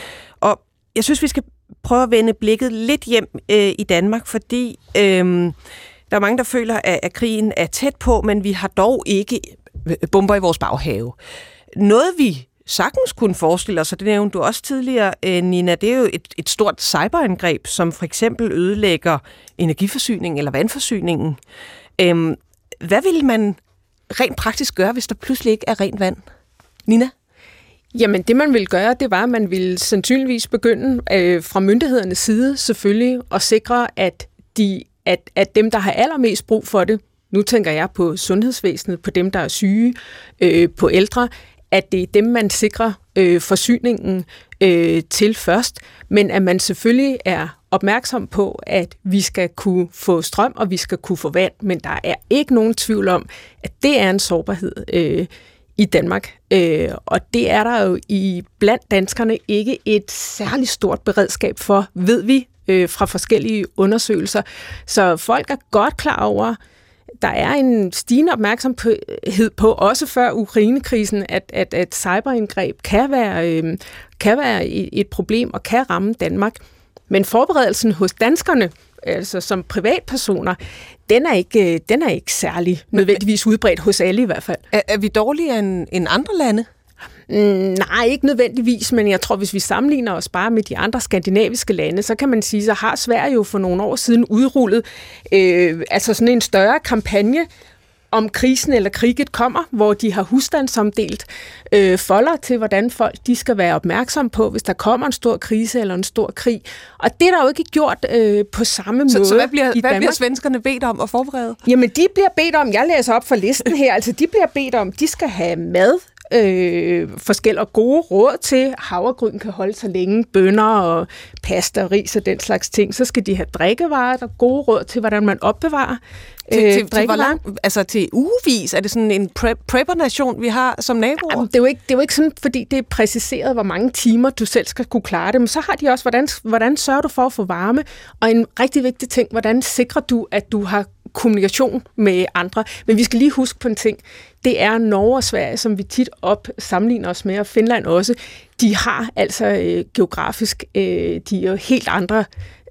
Og jeg synes, vi skal prøve at vende blikket lidt hjem øh, i Danmark, fordi øh, der er mange, der føler, at, at krigen er tæt på, men vi har dog ikke bomber i vores baghave. Noget vi sagtens kunne forestille os, og det nævnte du også tidligere, Nina, det er jo et, et stort cyberangreb, som for eksempel ødelægger energiforsyningen eller vandforsyningen. Øhm, hvad vil man rent praktisk gøre, hvis der pludselig ikke er rent vand? Nina?
Jamen, det man ville gøre, det var, at man ville sandsynligvis begynde øh, fra myndighedernes side selvfølgelig at sikre, at de At, at dem, der har allermest brug for det, nu tænker jeg på sundhedsvæsenet, på dem, der er syge, øh, på ældre, at det er dem, man sikrer øh, forsyningen øh, til først, men at man selvfølgelig er opmærksom på, at vi skal kunne få strøm, og vi skal kunne få vand, men der er ikke nogen tvivl om, at det er en sårbarhed øh, i Danmark. Øh, og det er der jo i blandt danskerne ikke et særligt stort beredskab for, ved vi, øh, fra forskellige undersøgelser. Så folk er godt klar over, der er en stigende opmærksomhed på, også før Ukrainekrisen, at, at, at cyberindgreb kan være, øh, kan være et problem og kan ramme Danmark. Men forberedelsen hos danskerne, altså som privatpersoner, den er ikke, den er ikke særlig nødvendigvis udbredt hos alle i hvert fald.
Er, er vi dårligere end, end andre lande?
Mm, nej, ikke nødvendigvis, men jeg tror, hvis vi sammenligner os bare med de andre skandinaviske lande, så kan man sige, så har Sverige jo for nogle år siden udrullet øh, altså sådan en større kampagne om krisen eller kriget kommer, hvor de har husstandsomdelt øh, folder til, hvordan folk de skal være opmærksom på, hvis der kommer en stor krise eller en stor krig. Og det er der jo ikke gjort øh, på samme
så,
måde.
Så hvad bliver,
i
hvad bliver svenskerne bedt om at forberede?
Jamen, de bliver bedt om, jeg læser op for listen her, altså de bliver bedt om, de skal have mad, Øh, forskellige gode råd til, havregryn kan holde sig længe, bønner og pasta, ris og den slags ting. Så skal de have drikkevarer, der er gode råd til, hvordan man opbevarer
til,
øh,
til, til, hvor lang, altså til ugevis? Er det sådan en prep, prepper-nation, vi har som naboer?
Jamen, det, er jo ikke, det er jo ikke sådan, fordi det er præciseret, hvor mange timer du selv skal kunne klare det. Men så har de også, hvordan, hvordan sørger du for at få varme? Og en rigtig vigtig ting, hvordan sikrer du, at du har kommunikation med andre. Men vi skal lige huske på en ting. Det er Norge og Sverige, som vi tit op sammenligner os med, og Finland også. De har altså øh, geografisk, øh, de er jo helt andre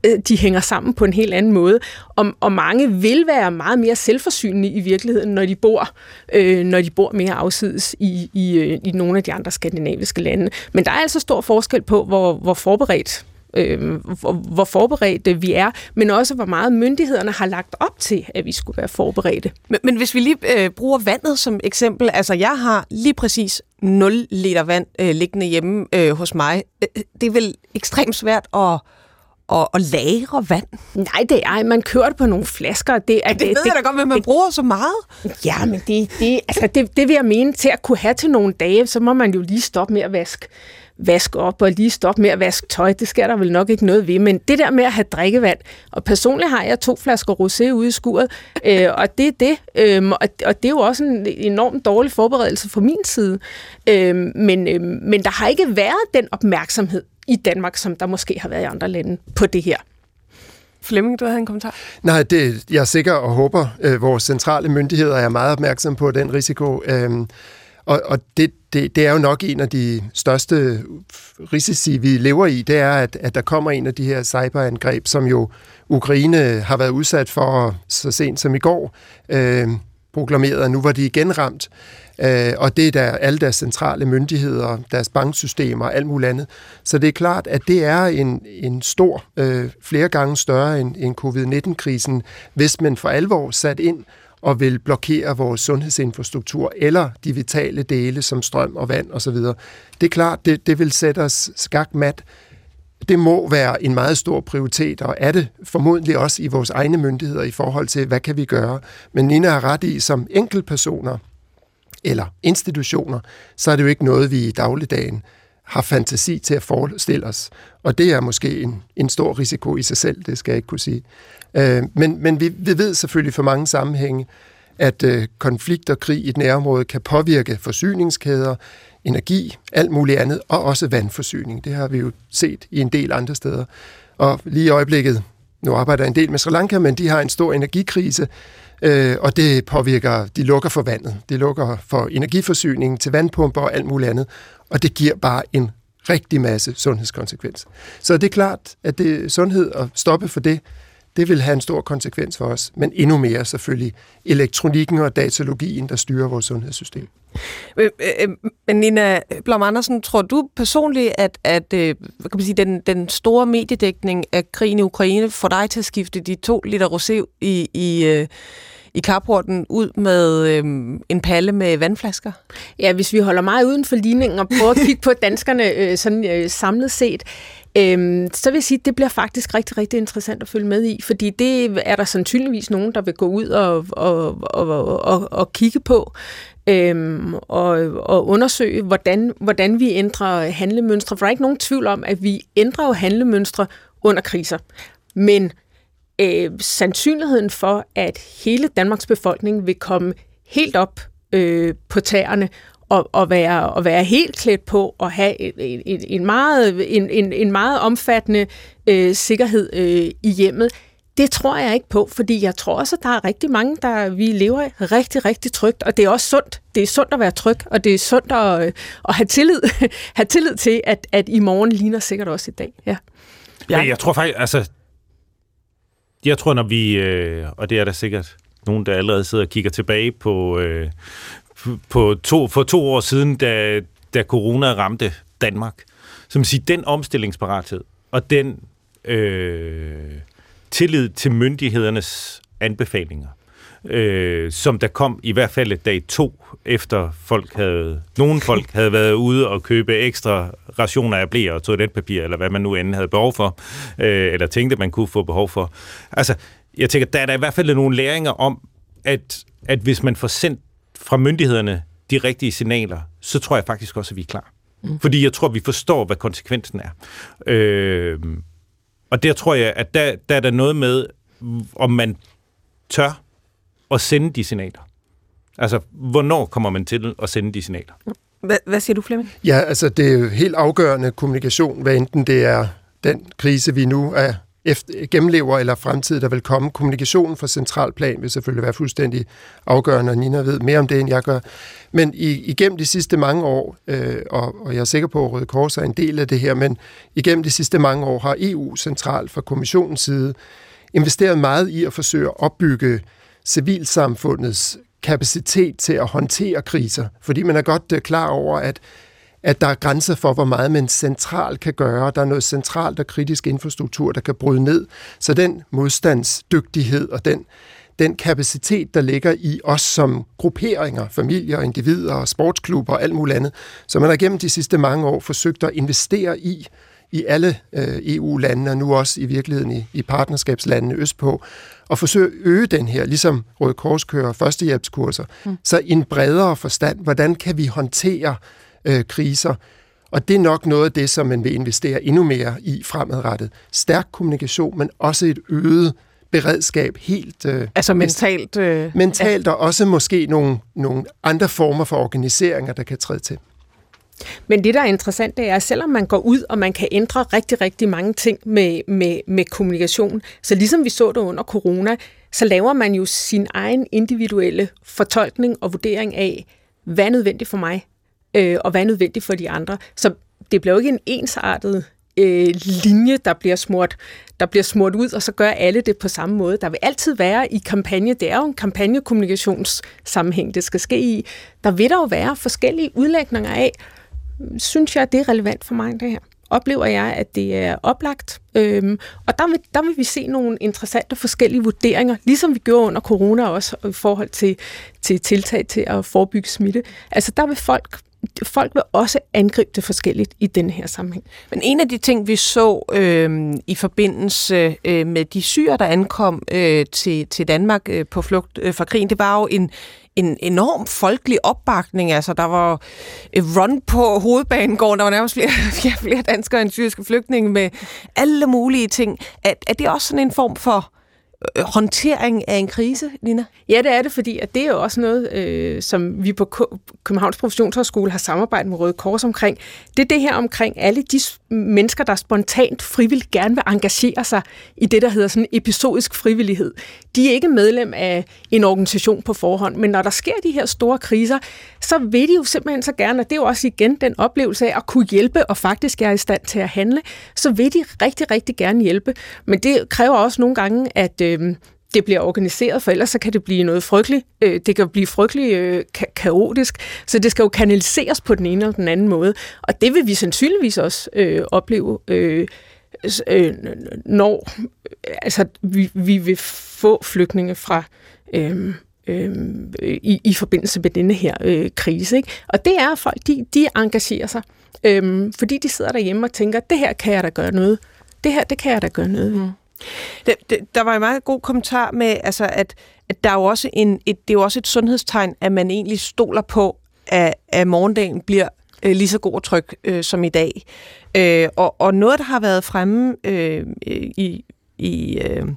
de hænger sammen på en helt anden måde. Og, og mange vil være meget mere selvforsynende i virkeligheden, når de bor, øh, når de bor mere afsides i, i, i nogle af de andre skandinaviske lande. Men der er altså stor forskel på, hvor, hvor forberedt øh, hvor, hvor forberedte vi er, men også hvor meget myndighederne har lagt op til, at vi skulle være forberedte.
Men, men hvis vi lige øh, bruger vandet som eksempel, altså jeg har lige præcis nul liter vand øh, liggende hjemme øh, hos mig. Det er vel ekstremt svært at Og, og lagre vand?
Nej, det er, man kører det på nogle flasker. Det, er,
det, det ved det, jeg da godt, men man det, bruger så meget.
Ja, men det, det, altså det, det vil jeg mene, til at kunne have til nogle dage, så må man jo lige stoppe med at vaske, vaske op, og lige stoppe med at vaske tøj. Det sker der vel nok ikke noget ved, men det der med at have drikkevand, og personligt har jeg to flasker rosé ude i skuret, øh, og det er det, øh, og, og det er jo også en enormt dårlig forberedelse fra min side. Øh, men, øh, men der har ikke været den opmærksomhed i Danmark, som der måske har været i andre lande på det her.
Flemming, du havde en kommentar?
Nej, det, jeg er sikker og håber, at vores centrale myndigheder er meget opmærksomme på den risiko. Øhm, og og det, det, det er jo nok en af de største risici, vi lever i, det er, at, at der kommer en af de her cyberangreb, som jo Ukraine har været udsat for så sent som i går, øh, proklameret, at nu var de igen ramt. Uh, og det er der alle deres centrale myndigheder, deres banksystemer og alt muligt andet. Så det er klart, at det er en, en stor, uh, flere gange større end, end covid nitten-krisen, hvis man for alvor sat ind og vil blokere vores sundhedsinfrastruktur eller de vitale dele som strøm og vand osv. Det er klart, det, det vil sætte os skakmat. Det må være en meget stor prioritet, og er det formodentlig også i vores egne myndigheder i forhold til, hvad kan vi gøre. Men Nina har ret i, som enkeltpersoner eller institutioner, så er det jo ikke noget, vi i dagligdagen har fantasi til at forestille os. Og det er måske en, en stor risiko i sig selv, det skal jeg ikke kunne sige. Øh, men men vi, vi ved selvfølgelig for mange sammenhænge, at øh, konflikt og krig i et nærområde kan påvirke forsyningskæder, energi, alt muligt andet, og også vandforsyning. Det har vi jo set i en del andre steder. Og lige i øjeblikket, nu arbejder jeg en del med Sri Lanka, men de har en stor energikrise, Øh, og det påvirker, de lukker for vandet, de lukker for energiforsyningen til vandpumper og alt muligt andet, og det giver bare en rigtig masse sundhedskonsekvens. Så det er klart, at det sundhed at stoppe for det, det vil have en stor konsekvens for os, men endnu mere selvfølgelig elektronikken og datalogien, der styrer vores sundhedssystem.
Men Nina Blom Andersen, tror du personligt, at, at hvad kan man sige, den, den store mediedækning af krigen i Ukraine får dig til at skifte de to liter rosé i, i, i carporten ud med øhm, en palle med vandflasker?
Ja, hvis vi holder meget uden for ligningen og prøver at kigge på danskerne øh, sådan øh, samlet set, Øhm, så vil jeg sige, at det bliver faktisk rigtig, rigtig interessant at følge med i, fordi det er der sandsynligvis nogen, der vil gå ud og, og, og, og, og kigge på øhm, og, og undersøge, hvordan, hvordan vi ændrer handlemønstre. For der er ikke nogen tvivl om, at vi ændrer jo handlemønstre under kriser. Men øh, sandsynligheden for, at hele Danmarks befolkning vil komme helt op øh, på tæerne, Og, og, være, og være helt klædt på og have en, en, en, meget, en, en, en meget omfattende øh, sikkerhed øh, i hjemmet. Det tror jeg ikke på, fordi jeg tror også, at der er rigtig mange, der vi lever rigtig, rigtig trygt, og det er også sundt. Det er sundt at være tryg, og det er sundt at, at have, tillid, have tillid til, at, at i morgen ligner sikkert også i dag. Ja.
Ja, jeg tror faktisk, altså, jeg tror, når vi, øh, og det er der sikkert nogen, der allerede sidder og kigger tilbage på, øh, på to, for to år siden, da, da corona ramte Danmark. Så man siger, den omstillingsparathed og den øh, tillid til myndighedernes anbefalinger, øh, som der kom i hvert fald et dag to, efter folk havde, nogle folk havde været ude og købe ekstra rationer af bleer og toiletpapir, eller hvad man nu end havde behov for, øh, eller tænkte, man kunne få behov for. Altså, jeg tænker, der er der i hvert fald nogle læringer om, at, at hvis man får sendt fra myndighederne de rigtige signaler, så tror jeg faktisk også, at vi er klar. Mm. Fordi jeg tror, vi forstår, hvad konsekvensen er. Øh, og der tror jeg, at der, der er der noget med, om man tør at sende de signaler. Altså, hvornår kommer man til at sende de signaler?
Hvad, hvad siger du, Flemming?
Ja, altså, det er jo helt afgørende kommunikation, hvad enten det er den krise, vi nu er efter, gennemlever eller fremtid, der vil komme. Kommunikationen fra centralplan vil selvfølgelig være fuldstændig afgørende, og Nina ved mere om det, end jeg gør. Men i, igennem de sidste mange år, øh, og, og jeg er sikker på, at Røde Kors er en del af det her, men igennem de sidste mange år har E U centralt fra kommissionens side investeret meget i at forsøge at opbygge civilsamfundets kapacitet til at håndtere kriser, fordi man er godt uh, klar over, at, at der er grænser for, hvor meget man centralt kan gøre. Der er noget centralt og kritisk infrastruktur, der kan bryde ned. Så den modstandsdygtighed og den, den kapacitet, der ligger i os som grupperinger, familier, individer, sportsklubber og alt muligt andet, som man har gennem de sidste mange år forsøgt at investere i, i alle øh, E U-landene, og nu også i virkeligheden i, i partnerskabslandene østpå, og forsøge at øge den her, ligesom Røde Kors kører førstehjælpskurser, mm. så i en bredere forstand, hvordan kan vi håndtere øh, kriser? Og det er nok noget af det, som man vil investere endnu mere i fremadrettet. Stærk kommunikation, men også et øget beredskab helt... Øh,
altså mentalt... Øh,
mentalt, og også måske nogle, nogle andre former for organiseringer, der kan træde til.
Men det, der er interessant, det er, at selvom man går ud, og man kan ændre rigtig, rigtig mange ting med, med, med kommunikation, så ligesom vi så det under corona, så laver man jo sin egen individuelle fortolkning og vurdering af, hvad er nødvendigt for mig, øh, og hvad er nødvendigt for de andre. Så det bliver jo ikke en ensartet øh, linje, der bliver smurt, der bliver smurt ud, og så gør alle det på samme måde. Der vil altid være i kampagne, det er jo en kampagnekommunikationssammenhæng, det skal ske i, der vil der jo være forskellige udlægninger af, synes jeg, det er relevant for mig, det her. Oplever jeg, at det er oplagt. Øhm, og der vil, der vil vi se nogle interessante forskellige vurderinger, ligesom vi gjorde under corona også, i forhold til, til tiltag til at forebygge smitte. Altså der vil folk, folk vil også angribe det forskelligt i den her sammenhæng.
Men en af de ting, vi så øh, i forbindelse øh, med de syrer, der ankom øh, til, til Danmark øh, på flugt øh, fra krigen, det var jo en en enorm folkelig opbakning. Altså, der var run på Hovedbanegården, der var nærmest flere, flere, flere danskere end syriske flygtninge med alle mulige ting. Er, er det også sådan en form for øh, håndtering af en krise, Nina?
Ja, det er det, fordi at det er jo også noget, øh, som vi på K- Københavns Professionshøjskole har samarbejdet med Røde Kors omkring. Det er det her omkring alle de mennesker, der spontant frivilligt gerne vil engagere sig i det, der hedder sådan episodisk frivillighed. De er ikke medlem af en organisation på forhånd, men når der sker de her store kriser, så vil de jo simpelthen så gerne, og det er jo også igen den oplevelse af at kunne hjælpe, og faktisk er i stand til at handle, så vil de rigtig, rigtig gerne hjælpe. Men det kræver også nogle gange, at øh, det bliver organiseret, for ellers så kan det blive noget frygteligt. Øh, det kan blive frygteligt øh, ka- kaotisk, så det skal jo kanaliseres på den ene eller den anden måde. Og det vil vi sandsynligvis også øh, opleve, øh, øh, når altså, vi, vi vil få flygtninge fra øh, øh, i, i forbindelse med denne her øh, krise. Ikke? Og det er, at folk de, de engagerer sig, øh, fordi de sidder derhjemme og tænker, det her kan jeg da gøre noget. Det her, det kan jeg da gøre noget. Mm.
Det, det, der var en meget god kommentar med, altså, at, at der er jo også en, et, det er jo også et sundhedstegn, at man egentlig stoler på, at, at morgendagen bliver øh, lige så god og tryg øh, som i dag. Øh, og, og noget, der har været fremme øh, i, i, øh,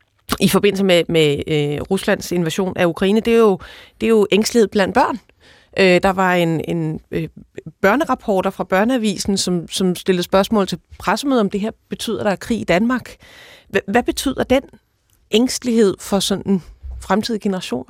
i forbindelse med, med øh, Ruslands invasion af Ukraine, det er jo, det er jo ængstelighed blandt børn. Øh, der var en, en øh, børnerapporter fra Børneavisen, som, som stillede spørgsmål til pressemødet, om det her betyder, der er krig i Danmark. H- hvad betyder den ængstelighed for sådan fremtidige generationer?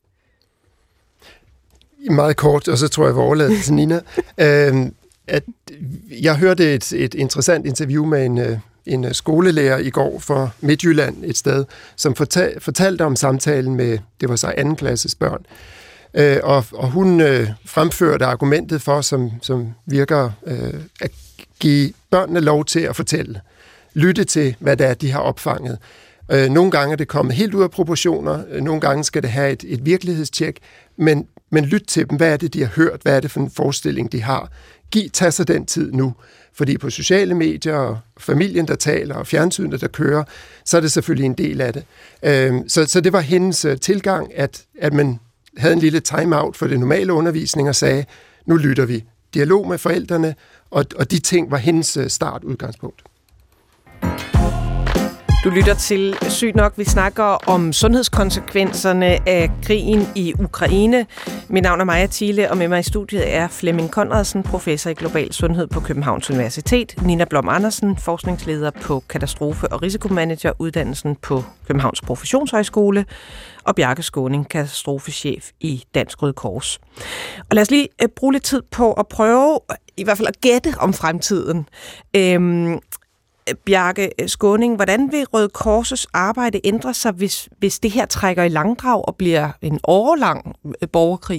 Meget kort, og så tror jeg, vi overlader det til Nina. øhm, at jeg hørte et, et interessant interview med en, en skolelærer i går fra Midtjylland et sted, som fortal, fortalte om samtalen med, det var så anden klasses børn. Øh, og, og hun øh, fremførte argumentet for, som, som virker øh, at give børnene lov til at fortælle. Lytte til, hvad det er, de har opfanget. Øh, nogle gange er det kommet helt ud af proportioner, øh, nogle gange skal det have et, et virkelighedstjek, men, men lyt til dem. Hvad er det, de har hørt? Hvad er det for en forestilling, de har? Giv, tag sig den tid nu. Fordi på sociale medier, og familien, der taler, og fjernsynet, der kører, så er det selvfølgelig en del af det. Øh, så, så det var hendes øh, tilgang, at, at man havde en lille time-out for det normale undervisning og sagde, nu lytter vi. Dialog med forældrene, og, og de ting var hendes startudgangspunkt.
Du lytter til Sygt nok. Vi snakker om sundhedskonsekvenserne af krigen i Ukraine. Mit navn er Maja Thiele, og med mig i studiet er Flemming Conradsen, professor i global sundhed på Københavns Universitet, Nina Blom Andersen, forskningsleder på katastrofe- og risikomanager uddannelsen på Københavns Professionshøjskole, og Bjarke Skaaning, katastrofechef i Dansk Røde Kors. Og lad os lige bruge lidt tid på at prøve i hvert fald at gætte om fremtiden. Øhm, Bjarke Skaaning, hvordan vil Røde Kors' arbejde ændre sig, hvis, hvis det her trækker i langdrag og bliver en årelang borgerkrig?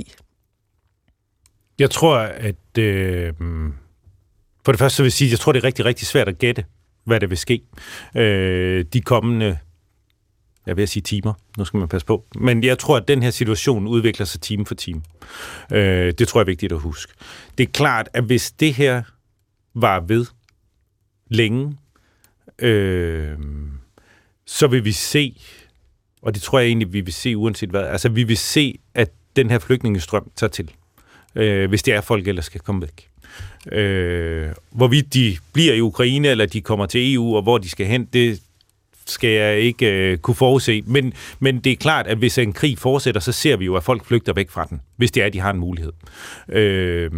Jeg tror, at øh, for det første så vil jeg sige, at jeg tror, det er rigtig, rigtig svært at gætte, hvad der vil ske øh, de kommende, jeg vil sige timer, nu skal man passe på, men jeg tror, at den her situation udvikler sig time for time. Øh, det tror jeg er vigtigt at huske. Det er klart, at hvis det her var ved længe, øh, så vil vi se, og det tror jeg egentlig, vi vil se uanset hvad, altså vi vil se, at den her flygtningestrøm tager til, øh, hvis det er folk ellers skal komme væk. Øh, hvorvidt de bliver i Ukraine, eller de kommer til E U, og hvor de skal hen, det skal jeg ikke øh, kunne forudse. Men, men det er klart, at hvis en krig fortsætter, så ser vi jo, at folk flygter væk fra den, hvis det er, at de har en mulighed. Øh,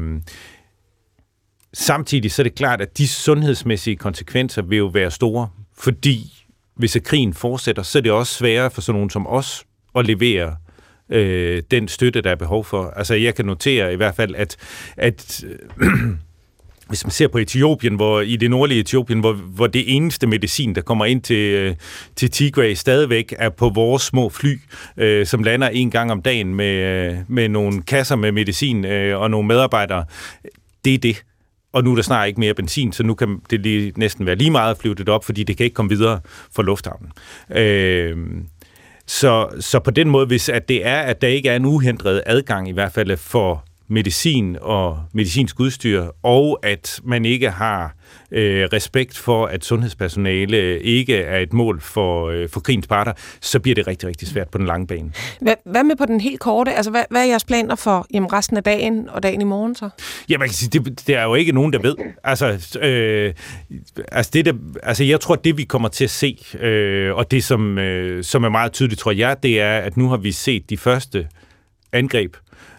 Samtidig så er det klart, at de sundhedsmæssige konsekvenser vil jo være store, fordi hvis krigen fortsætter, så er det også sværere for sådan nogen som os at levere øh, den støtte, der er behov for. Altså jeg kan notere i hvert fald, at, at øh, hvis man ser på Etiopien, hvor i det nordlige Etiopien, hvor, hvor det eneste medicin, der kommer ind til, til Tigray, stadigvæk er på vores små fly, øh, som lander en gang om dagen med, med nogle kasser med medicin øh, og nogle medarbejdere. Det er det. Og nu er der snart ikke mere benzin, så nu kan det lige, næsten være lige meget at flyve det op, fordi det kan ikke komme videre fra lufthavnen. Øh, så, så på den måde, hvis at det er, at der ikke er en uhindret adgang, i hvert fald for medicin og medicinsk udstyr, og at man ikke har øh, respekt for, at sundhedspersonale ikke er et mål for, øh, for krigens parter, så bliver det rigtig, rigtig svært på den lange bane.
Hvad, hvad med på den helt korte? Altså, hvad, hvad er jeres planer for jamen, resten af dagen og dagen i morgen så?
Ja, man kan sige, det, det er jo ikke nogen, der ved. Altså, øh, altså, det der, altså jeg tror, det vi kommer til at se, øh, og det som, øh, som er meget tydeligt, tror jeg, det er, at nu har vi set de første angreb,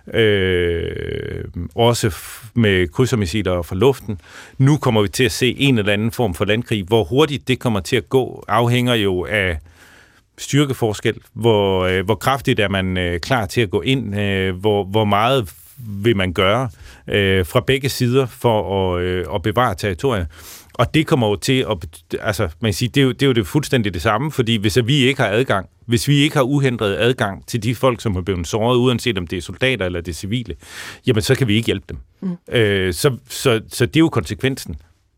Øh, også f- med krydsermissiler fra luften. Nu kommer vi til at se en eller anden form for landkrig. Hvor hurtigt det kommer til at gå, afhænger jo af styrkeforskel. Hvor, øh, hvor kraftigt er man øh, klar til at gå ind? Øh, hvor, hvor meget vil man gøre øh, fra begge sider for at, øh, at bevare territoriet? Og det kommer jo til at, altså man kan sige, det er jo det, er jo det fuldstændig det samme, fordi hvis vi ikke har adgang, hvis vi ikke har uhindret adgang til de folk, som er blevet såret, uanset om det er soldater eller det er civile, jamen så kan vi ikke hjælpe dem. Mm. Øh, så, så, så det er jo konsekvensen.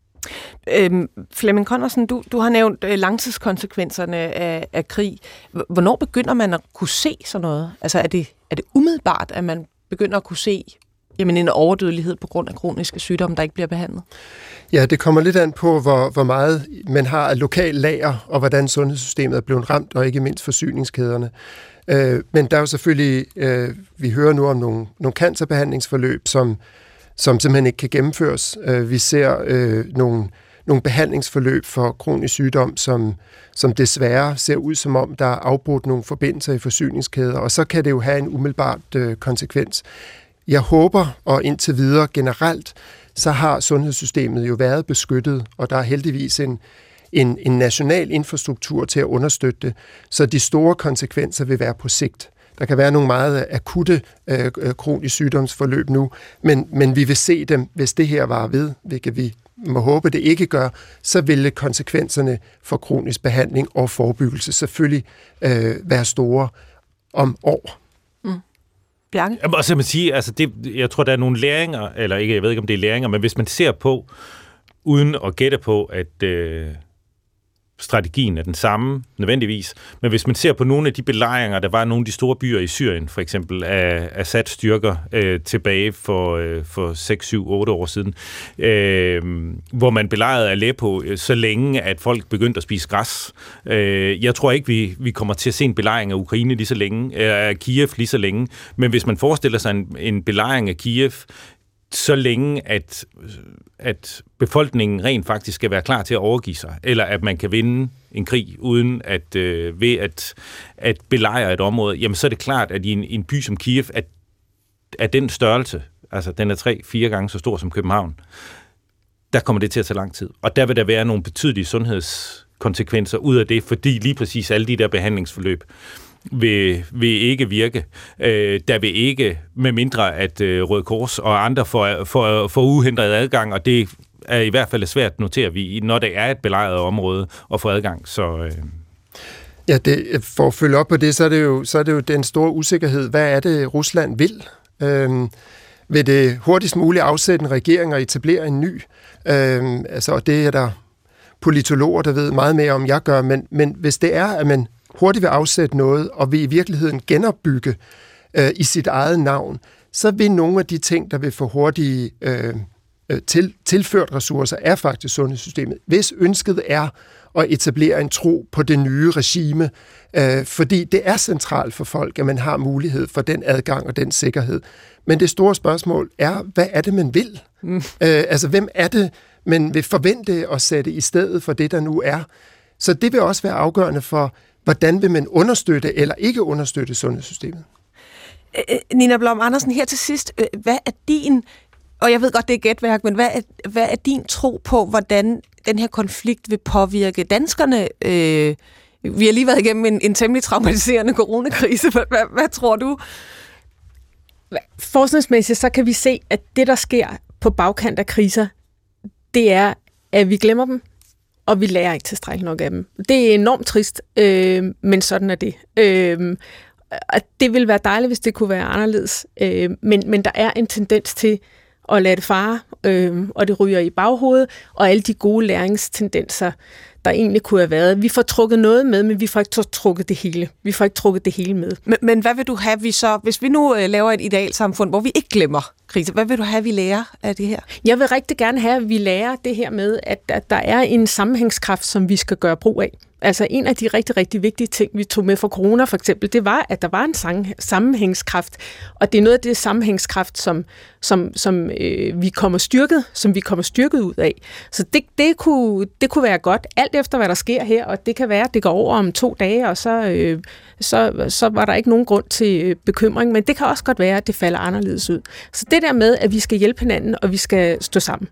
Øhm, Flemming Conradsen, du, du har nævnt øh, langtidskonsekvenserne af, af krig. Hvornår begynder man at kunne se sådan noget? Altså er det, er det umiddelbart, at man begynder at kunne se jamen, en overdødelighed på grund af kroniske sygdomme, der ikke bliver behandlet?
Ja, det kommer lidt an på, hvor, hvor meget man har af lokal lager, og hvordan sundhedssystemet er blevet ramt, og ikke mindst forsyningskæderne. Øh, men der er jo selvfølgelig, øh, vi hører nu om nogle, nogle cancerbehandlingsforløb, som, som simpelthen ikke kan gennemføres. Øh, vi ser øh, nogle, nogle behandlingsforløb for kronisk sygdom, som, som desværre ser ud som om, der er afbrudt nogle forbindelser i forsyningskæder, og så kan det jo have en umiddelbart øh, konsekvens. Jeg håber, og indtil videre generelt, så har sundhedssystemet jo været beskyttet, og der er heldigvis en, en, en national infrastruktur til at understøtte det, så de store konsekvenser vil være på sigt. Der kan være nogle meget akutte øh, kroniske sygdomsforløb nu, men, men vi vil se dem, hvis det her var ved, hvilket vi må håbe, det ikke gør, så vil konsekvenserne for kronisk behandling og forebyggelse selvfølgelig øh, være store om år.
Bjarke?
Og så man sige, altså det, jeg tror, der er nogle læringer, eller ikke, jeg ved ikke, om det er læringer, men hvis man ser på, uden at gætte på, at øh, strategien er den samme, nødvendigvis, men hvis man ser på nogle af de belejringer, der var nogle af de store byer i Syrien, for eksempel af Assads styrker øh, tilbage for, øh, for seks, syv, otte år siden, øh, hvor man belejrede Aleppo øh, så længe, at folk begyndte at spise græs. Øh, jeg tror ikke, vi, vi kommer til at se en belejring af Ukraine lige så længe, øh, af Kiev lige så længe, men hvis man forestiller sig en, en belejring af Kiev så længe at, at befolkningen rent faktisk skal være klar til at overgive sig, eller at man kan vinde en krig uden at øh, ved at, at belejre et område, jamen så er det klart, at i en, en by som Kiev, at, at den størrelse, altså den er tre, fire gange så stor som København, der kommer det til at tage lang tid. Og der vil der være nogle betydelige sundhedskonsekvenser ud af det, fordi lige præcis alle de der behandlingsforløb vil, vil ikke virke. Øh, der vil ikke, med mindre at øh, Røde Kors og andre får, får, får uhindret adgang, og det er i hvert fald svært, noterer vi, når der er et belejret område og få adgang. Så, øh.
Ja, det, for at følge op på det, så er det, jo, så er det jo den store usikkerhed. Hvad er det, Rusland vil? Øhm, vil det hurtigst muligt afsætte en regering og etablere en ny? Øhm, altså, og det er der politologer, der ved meget mere om, jeg gør, men, men hvis det er, at man hurtigt vil afsætte noget, og vil i virkeligheden genopbygge øh, i sit eget navn, så vil nogle af de ting, der vil få hurtige øh, til, tilført ressourcer, er faktisk sundhedssystemet. Hvis ønsket er at etablere en tro på det nye regime, øh, fordi det er centralt for folk, at man har mulighed for den adgang og den sikkerhed. Men det store spørgsmål er, hvad er det, man vil? Mm. Øh, altså, hvem er det, man vil forvente at sætte i stedet for det, der nu er? Så det vil også være afgørende for, hvordan vil man understøtte eller ikke understøtte sundhedssystemet?
Nina Blom Andersen, her til sidst, hvad er din, og jeg ved godt, det er gætværk, men hvad er, hvad er din tro på, hvordan den her konflikt vil påvirke danskerne? Øh, vi har lige været igennem en, en temmelig traumatiserende coronakrise. Hvad, hvad, hvad tror du?
Forskningsmæssigt så kan vi se, at det, der sker på bagkant af kriser, det er, at vi glemmer dem, og vi lærer ikke tilstrækkeligt nok af dem. Det er enormt trist, øh, men sådan er det. Øh, og det ville være dejligt, hvis det kunne være anderledes. Øh, men, men der er en tendens til at lade det fare, øh, og det ryger i baghovedet, og alle de gode læringstendenser, der egentlig kunne have været. Vi får trukket noget med, men vi får ikke trukket det hele. Vi får ikke trukket det hele med.
Men, men hvad vil du have, vi så, hvis vi nu øh, laver et idealsamfund, hvor vi ikke glemmer kriser, hvad vil du have, vi lærer af det her?
Jeg vil rigtig gerne have, at vi lærer det her med, at, at der er en sammenhængskraft, som vi skal gøre brug af. Altså en af de rigtig, rigtig vigtige ting, vi tog med fra corona for eksempel, det var, at der var en sammenhængskraft, og det er noget af det sammenhængskraft, som, som, som øh, vi kommer styrket, som vi kommer styrket ud af. Så det, det, kunne, det kunne være godt, alt efter hvad der sker her, og det kan være, at det går over om to dage, og så, øh, så, så var der ikke nogen grund til bekymring, men det kan også godt være, at det falder anderledes ud. Så det der med, at vi skal hjælpe hinanden, og vi skal stå sammen.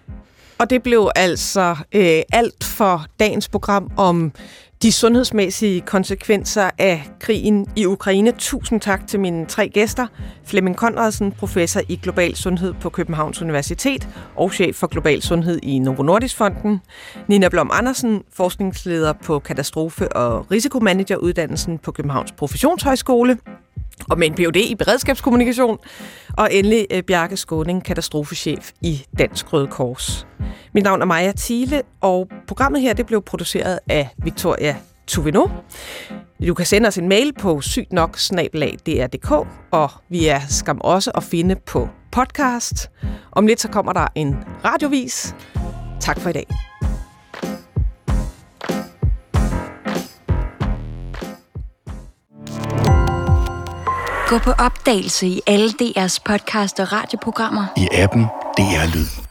Og det blev altså øh, alt for dagens program om de sundhedsmæssige konsekvenser af krigen i Ukraine. Tusind tak til mine tre gæster. Flemming Conradsen, professor i global sundhed på Københavns Universitet og chef for global sundhed i Novo Nordisk Fonden. Nina Blom Andersen, forskningsleder på katastrofe- og risikomanageruddannelsen på Københavns Professionshøjskole og med en P H D i beredskabskommunikation. Og endelig Bjarke Skåning, katastrofechef i Dansk Røde Kors. Mit navn er Maja Thiele, og programmet her det blev produceret af Victoria Tuveno. Du kan sende os en mail på sygt nok snabel-a d r punktum d k, og vi er skam også at finde på podcast. Om lidt så kommer der en radiovis. Tak for i dag.
Gå på opdagelse i alle D R's podcast og radioprogrammer.
I appen D R Lyd.